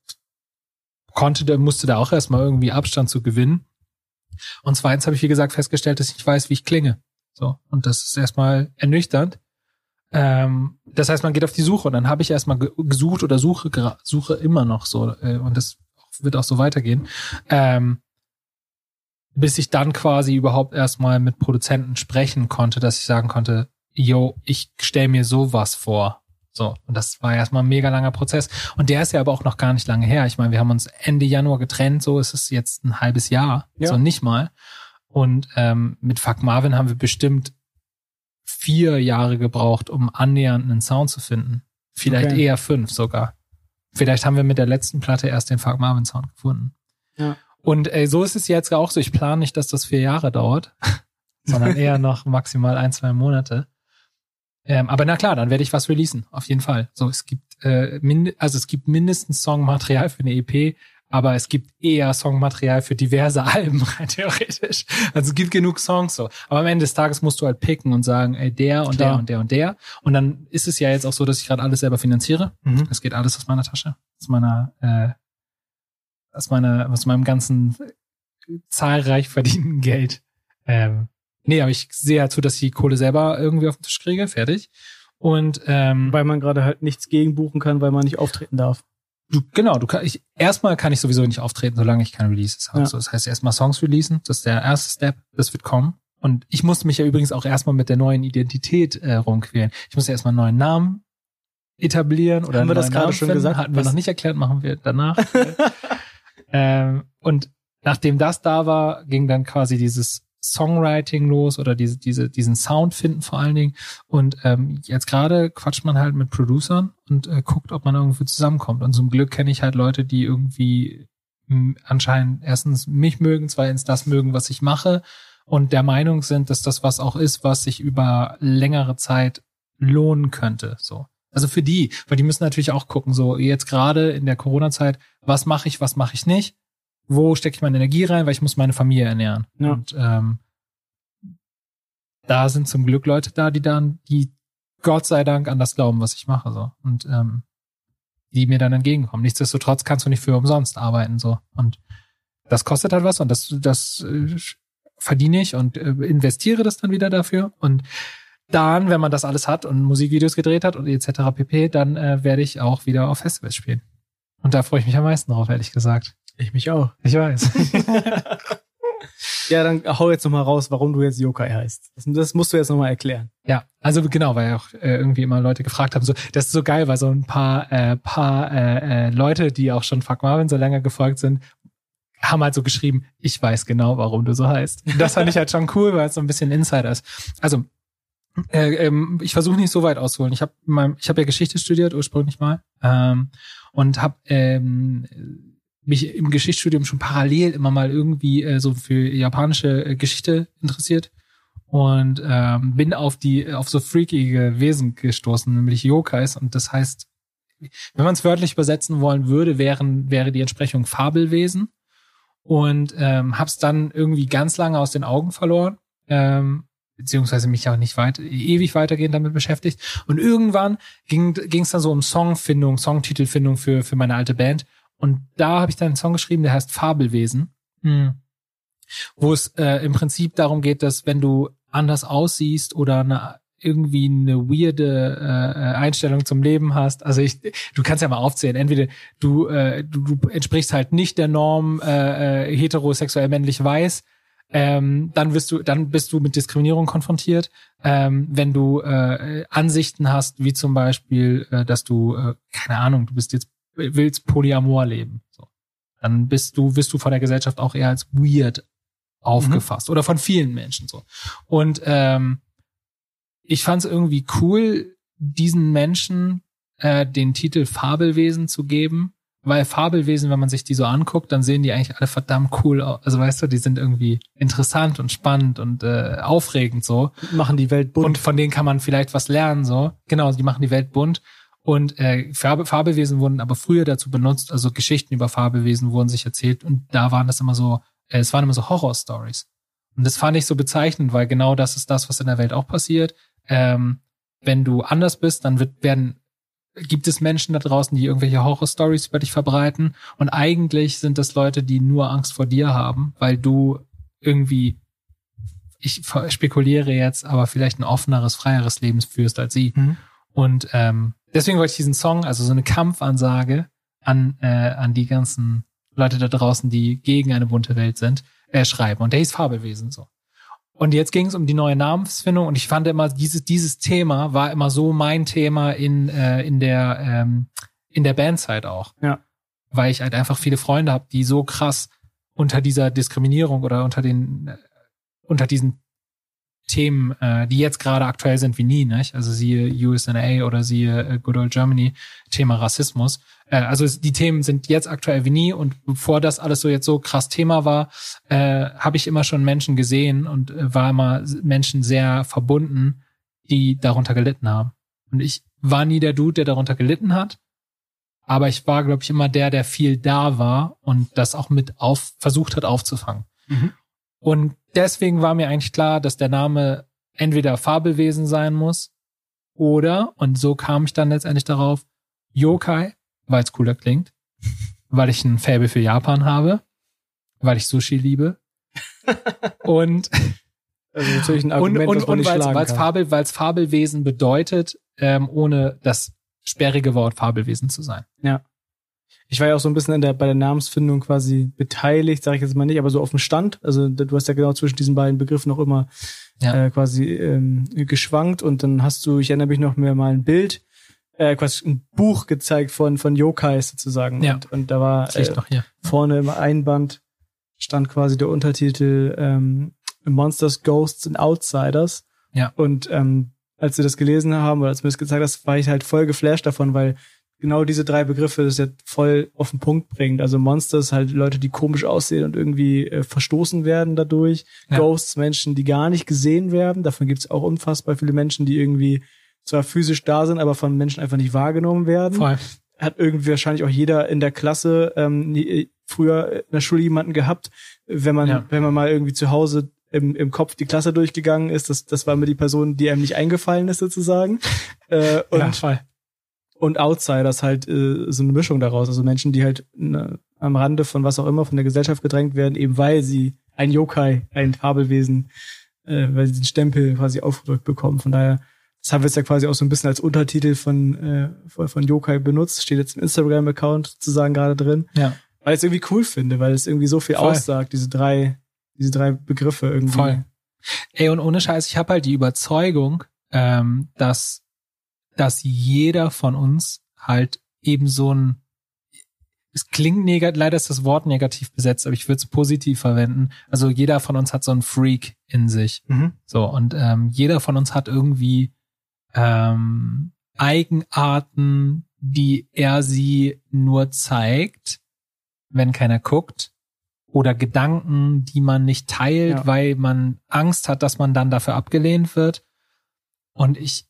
konnte, da musste da auch erstmal irgendwie Abstand zu gewinnen. Und zweitens habe ich, wie gesagt, festgestellt, dass ich nicht weiß, wie ich klinge. So, und das ist erstmal ernüchternd. Ähm, das heißt, man geht auf die Suche und dann habe ich erstmal gesucht oder suche suche immer noch so äh, und das wird auch so weitergehen. Ähm, bis ich dann quasi überhaupt erstmal mit Produzenten sprechen konnte, dass ich sagen konnte, yo, ich stelle mir sowas vor. So, und das war erstmal ein mega langer Prozess. Und der ist ja aber auch noch gar nicht lange her. Ich meine, wir haben uns Ende Januar getrennt, so ist es jetzt ein halbes Jahr, ja. so nicht mal. Und ähm, mit Fuck Marvin haben wir bestimmt vier Jahre gebraucht, um annähernd einen Sound zu finden. Vielleicht okay. eher fünf sogar. Vielleicht haben wir mit der letzten Platte erst den Fuck Marvin Sound gefunden. Ja. Und ey, so ist es jetzt auch so. Ich plane nicht, dass das vier Jahre dauert, sondern eher noch maximal ein, zwei Monate. Ähm, aber na klar, dann werde ich was releasen, auf jeden Fall. So, es gibt äh, mind- also es gibt mindestens Songmaterial für eine E P, aber es gibt eher Songmaterial für diverse Alben, rein theoretisch. Also es gibt genug Songs so. Aber am Ende des Tages musst du halt picken und sagen, ey, der und klar. der und der und der. Und dann ist es ja jetzt auch so, dass ich gerade alles selber finanziere. Mhm. Das geht alles aus meiner Tasche, aus meiner, äh, aus meiner, aus meinem ganzen zahlreich verdienten Geld. Ähm, nee, aber ich sehe halt zu, dass ich die Kohle selber irgendwie auf den Tisch kriege, fertig. Und ähm, weil man gerade halt nichts gegenbuchen kann, weil man nicht auftreten darf. Du, genau, du kann, ich, erstmal kann ich sowieso nicht auftreten, solange ich keine Releases habe. Ja. So, das heißt, erstmal Songs releasen, das ist der erste Step, das wird kommen. Und ich musste mich ja übrigens auch erstmal mit der neuen Identität äh, rumquälen. Ich musste erstmal einen neuen Namen etablieren oder haben wir einen das gerade Namen schon finden. gesagt? Hatten wir noch nicht erklärt, machen wir danach. ähm, und nachdem das da war, ging dann quasi dieses Songwriting los oder diese, diese, diesen Sound finden vor allen Dingen. Und ähm, jetzt gerade quatscht man halt mit Producern und äh, guckt, ob man irgendwie zusammenkommt. Und zum Glück kenne ich halt Leute, die irgendwie mh, anscheinend erstens mich mögen, zweitens das mögen, was ich mache und der Meinung sind, dass das was auch ist, was sich über längere Zeit lohnen könnte. So. Also für die, weil die müssen natürlich auch gucken, so jetzt gerade in der Corona-Zeit, was mache ich, was mache ich nicht? Wo stecke ich meine Energie rein, weil ich muss meine Familie ernähren. Ja. Und ähm, da sind zum Glück Leute da, die dann, die Gott sei Dank an das glauben, was ich mache. So. Und ähm, die mir dann entgegenkommen. Nichtsdestotrotz kannst du nicht für umsonst arbeiten. So. Und das kostet halt was und das, das äh, verdiene ich und äh, investiere das dann wieder dafür. Und dann, wenn man das alles hat und Musikvideos gedreht hat und et cetera pp., dann äh, werde ich auch wieder auf Festivals spielen. Und da freue ich mich am meisten drauf, ehrlich gesagt. Ich mich auch. Ich weiß. Ja, dann hau jetzt nochmal raus, warum du jetzt Yokai heißt. Das, das musst du jetzt nochmal erklären. Ja, also genau, weil auch äh, irgendwie immer Leute gefragt haben, so, das ist so geil, weil so ein paar äh, paar äh, äh, Leute, die auch schon Fuck Marvin so lange gefolgt sind, haben halt so geschrieben, ich weiß genau, warum du so heißt. Das fand ich halt schon cool, weil es so ein bisschen Insider ist. Also, äh, ähm, ich versuche nicht so weit auszuholen. Ich habe ich habe ja Geschichte studiert, ursprünglich mal, ähm, und habe ähm, mich im Geschichtsstudium schon parallel immer mal irgendwie äh, so für japanische äh, Geschichte interessiert und ähm, bin auf die auf so freakige Wesen gestoßen, nämlich Yokais. Und das heißt, wenn man es wörtlich übersetzen wollen würde, wären wäre die Entsprechung Fabelwesen. Und ähm, hab's dann irgendwie ganz lange aus den Augen verloren, ähm, beziehungsweise mich auch nicht weit, ewig weitergehend damit beschäftigt. Und irgendwann ging ging's dann so um Songfindung, Songtitelfindung für für meine alte Band. Und da habe ich dann einen Song geschrieben, der heißt Fabelwesen, hm. wo es äh, im Prinzip darum geht, dass wenn du anders aussiehst oder eine irgendwie eine weirde äh, Einstellung zum Leben hast. Also ich, du kannst ja mal aufzählen. Entweder du, äh, du, du entsprichst halt nicht der Norm äh, äh, heterosexuell männlich weiß. Ähm, dann bist du, dann bist du mit Diskriminierung konfrontiert. Ähm, wenn du äh, Ansichten hast, wie zum Beispiel, äh, dass du, äh, keine Ahnung, du bist jetzt willst Polyamor leben, so, dann bist du, wirst du von der Gesellschaft auch eher als weird aufgefasst mhm. oder von vielen Menschen so. Und ähm, ich fand es irgendwie cool, diesen Menschen äh, den Titel Fabelwesen zu geben. Weil Fabelwesen, wenn man sich die so anguckt, dann sehen die eigentlich alle verdammt cool aus. Also weißt du, die sind irgendwie interessant und spannend und äh, aufregend so. Machen die Welt bunt. Und von denen kann man vielleicht was lernen so. Genau, die machen die Welt bunt. Und äh, Farbe, Fabelwesen wurden aber früher dazu benutzt, also Geschichten über Fabelwesen wurden sich erzählt. Und da waren das immer so, äh, es waren immer so Horror-Stories. Und das fand ich so bezeichnend, weil genau das ist das, was in der Welt auch passiert. Ähm, wenn du anders bist, dann wird, werden gibt es Menschen da draußen, die irgendwelche Horror-Stories über dich verbreiten. Und eigentlich sind das Leute, die nur Angst vor dir haben, weil du irgendwie, ich spekuliere jetzt, aber vielleicht ein offeneres, freieres Leben führst als sie. Mhm. Und ähm, deswegen wollte ich diesen Song, also so eine Kampfansage an äh, an die ganzen Leute da draußen, die gegen eine bunte Welt sind, äh, schreiben. Und der hieß Fabelwesen so. Und jetzt ging es um die neue Namensfindung und ich fand immer, dieses dieses Thema war immer so mein Thema in äh, in der ähm, in der Bandzeit auch. Ja. Weil ich halt einfach viele Freunde habe, die so krass unter dieser Diskriminierung oder unter den äh, unter diesen Themen, äh, die jetzt gerade aktuell sind wie nie, nicht? Also siehe U S N A oder siehe äh, Good Old Germany, Thema Rassismus. Äh, also die Themen sind jetzt aktuell wie nie und bevor das alles so jetzt so krass Thema war, äh, habe ich immer schon Menschen gesehen und äh, war immer Menschen sehr verbunden, die darunter gelitten haben. Und ich war nie der Dude, der darunter gelitten hat, aber ich war, glaube ich, immer der, der viel da war und das auch mit auf versucht hat aufzufangen. Mhm. Und deswegen war mir eigentlich klar, dass der Name entweder Fabelwesen sein muss oder, und so kam ich dann letztendlich darauf, Yokai, weil es cooler klingt, weil ich ein Faible für Japan habe, weil ich Sushi liebe und also natürlich ein Argument, und, und, was man und nicht weil's, schlagen weil's kann. Fabel, weil's Fabelwesen bedeutet, ähm, ohne das sperrige Wort Fabelwesen zu sein. Ja. Ich war ja auch so ein bisschen in der, bei der Namensfindung quasi beteiligt, sage ich jetzt mal nicht, aber so auf dem Stand. Also du hast ja genau zwischen diesen beiden Begriffen noch immer ja. äh, quasi ähm, geschwankt und dann hast du, ich erinnere mich noch mehr mal ein Bild, äh, quasi ein Buch gezeigt von von Yokais sozusagen. Ja. Und, und da war äh, noch hier. vorne im Einband stand quasi der Untertitel ähm, Monsters, Ghosts and Outsiders. Ja. Und ähm, als wir das gelesen haben oder als du mir das gezeigt hast, war ich halt voll geflasht davon, weil genau diese drei Begriffe das jetzt voll auf den Punkt bringt. Also Monsters halt Leute, die komisch aussehen und irgendwie äh, verstoßen werden dadurch. Ja. Ghosts, Menschen, die gar nicht gesehen werden. Davon gibt es auch unfassbar viele Menschen, die irgendwie zwar physisch da sind, aber von Menschen einfach nicht wahrgenommen werden. Voll. Hat irgendwie wahrscheinlich auch jeder in der Klasse ähm, nie, früher in der Schule jemanden gehabt, wenn man ja. wenn man mal irgendwie zu Hause im, im Kopf die Klasse durchgegangen ist. Das, das war immer die Person, die einem nicht eingefallen ist sozusagen. äh, und ja, voll. Und Outsiders halt äh, so eine Mischung daraus. Also Menschen, die halt ne, am Rande von was auch immer von der Gesellschaft gedrängt werden, eben weil sie ein Yokai, ein Fabelwesen, äh, weil sie den Stempel quasi aufgedrückt bekommen. Von daher, das haben wir jetzt ja quasi auch so ein bisschen als Untertitel von äh, von, von Yokai benutzt. Steht jetzt im Instagram-Account sozusagen gerade drin. Ja. Weil ich es irgendwie cool finde, weil es irgendwie so viel Voll. aussagt, diese drei, diese drei Begriffe irgendwie. Voll. Ey, und ohne Scheiß, ich habe halt die Überzeugung, ähm, dass dass jeder von uns halt eben so ein, es klingt negativ, leider ist das Wort negativ besetzt, aber ich würde es positiv verwenden. Also jeder von uns hat so einen Freak in sich. Mhm. So, und ähm, jeder von uns hat irgendwie ähm, Eigenarten, die er sie nur zeigt, wenn keiner guckt. Oder Gedanken, die man nicht teilt, ja. weil man Angst hat, dass man dann dafür abgelehnt wird. Und ich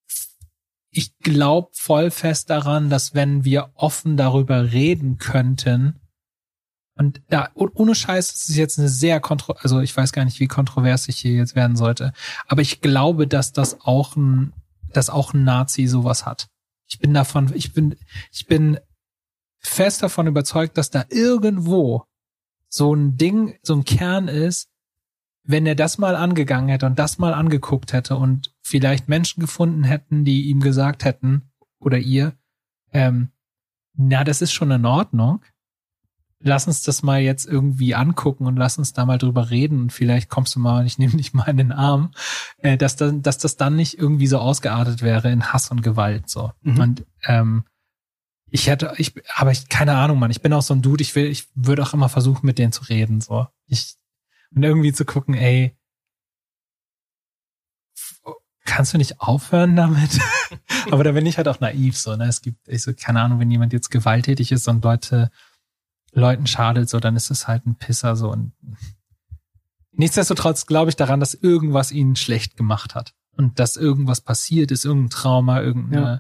Ich glaube voll fest daran, dass wenn wir offen darüber reden könnten, und da, ohne Scheiß, das ist jetzt eine sehr kontro, also ich weiß gar nicht, wie kontrovers ich hier jetzt werden sollte, aber ich glaube, dass das auch ein, dass auch ein Nazi sowas hat. Ich bin davon, ich bin, ich bin fest davon überzeugt, dass da irgendwo so ein Ding, so ein Kern ist, wenn er das mal angegangen hätte und das mal angeguckt hätte und vielleicht Menschen gefunden hätten, die ihm gesagt hätten, oder ihr, ähm, na, das ist schon in Ordnung. Lass uns das mal jetzt irgendwie angucken und lass uns da mal drüber reden und vielleicht kommst du mal und ich nehme dich mal in den Arm, äh, dass, dann, dass das dann nicht irgendwie so ausgeartet wäre in Hass und Gewalt, so. Mhm. Und, ähm, ich hätte, ich, aber ich, keine Ahnung, Mann, ich bin auch so ein Dude, ich will, ich würde auch immer versuchen, mit denen zu reden, so. Ich, und irgendwie zu gucken, ey, kannst du nicht aufhören damit? Aber da bin ich halt auch naiv, so, ne, es gibt, ich so, keine Ahnung, wenn jemand jetzt gewalttätig ist und Leute, Leuten schadet, so, dann ist es halt ein Pisser, so. Und nichtsdestotrotz glaube ich daran, dass irgendwas ihnen schlecht gemacht hat. Und dass irgendwas passiert ist, irgendein Trauma, irgendeine, ja.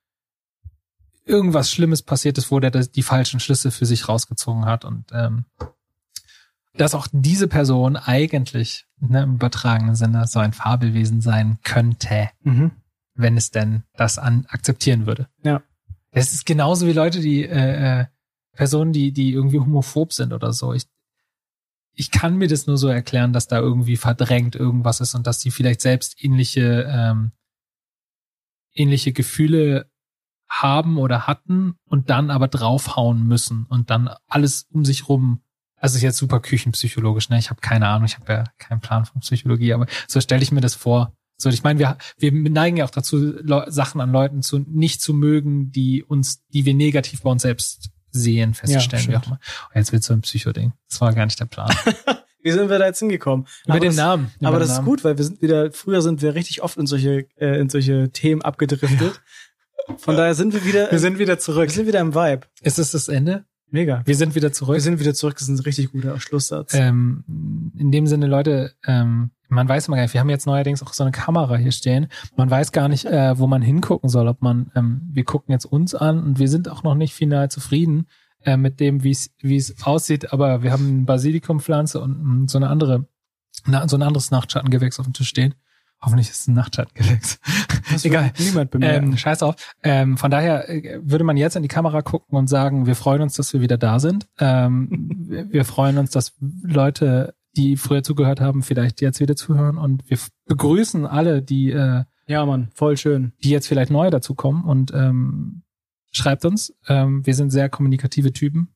irgendwas Schlimmes passiert ist, wo der die falschen Schlüsse für sich rausgezogen hat. Und ähm, dass auch diese Person eigentlich, ne, im übertragenen Sinne so ein Fabelwesen sein könnte, mhm. wenn es denn das an akzeptieren würde. Ja. Es ist genauso wie Leute, die äh, äh, Personen, die die irgendwie homophob sind oder so. Ich ich kann mir das nur so erklären, dass da irgendwie verdrängt irgendwas ist und dass die vielleicht selbst ähnliche ähm, ähnliche Gefühle haben oder hatten und dann aber draufhauen müssen und dann alles um sich rum. Also ist jetzt super küchenpsychologisch, ne? Ich habe keine Ahnung, ich habe ja keinen Plan von Psychologie, aber so stelle ich mir das vor. So, ich meine, wir wir neigen ja auch dazu, Le- Sachen an Leuten zu nicht zu mögen, die uns, die wir negativ bei uns selbst sehen, feststellen, ja, wie auch immer. Und jetzt wird's so ein Psycho-Ding. Das war gar nicht der Plan. Wie sind wir da jetzt hingekommen? Über den Namen. Über aber das Namen. Ist gut, weil wir sind wieder, früher sind wir richtig oft in solche, äh, in solche Themen abgedriftet. Von daher sind wir wieder, wir sind wieder zurück. Wir sind wieder im Vibe. Ist es das Ende? Mega. Wir sind wieder zurück. Wir sind wieder zurück. Das ist ein richtig guter Schlusssatz. Ähm, in dem Sinne, Leute, ähm, man weiß immer gar nicht, wir haben jetzt neuerdings auch so eine Kamera hier stehen. Man weiß gar nicht, äh, wo man hingucken soll, ob man, ähm, wir gucken jetzt uns an und wir sind auch noch nicht final zufrieden äh, mit dem, wie es wie es aussieht, aber wir haben eine Basilikumpflanze und um, so eine andere, na, so ein anderes Nachtschattengewächs auf dem Tisch stehen. Hoffentlich ist es ein Nachtschattengewächs. Egal. Niemand bemerken. Ähm, scheiß auf. Ähm, von daher äh, würde man jetzt in die Kamera gucken und sagen, wir freuen uns, dass wir wieder da sind. Ähm, wir, wir freuen uns, dass Leute, die früher zugehört haben, vielleicht jetzt wieder zuhören und wir begrüßen alle, die äh, ja, Mann, voll schön, die jetzt vielleicht neu dazu kommen und ähm, schreibt uns. Ähm, wir sind sehr kommunikative Typen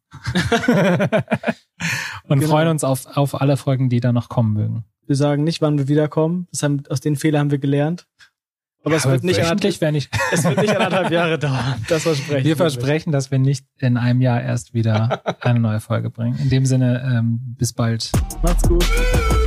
und genau. freuen uns auf auf alle Folgen, die da noch kommen mögen. Wir sagen nicht, wann wir wiederkommen. Das haben, aus den Fehlern haben wir gelernt. Aber, ja, es, wird nicht anderthalb, nicht. es wird nicht anderthalb Jahre dauern. Das versprechen wir. Wir versprechen, dass wir nicht in einem Jahr erst wieder eine neue Folge bringen. In dem Sinne, ähm, bis bald. Macht's gut.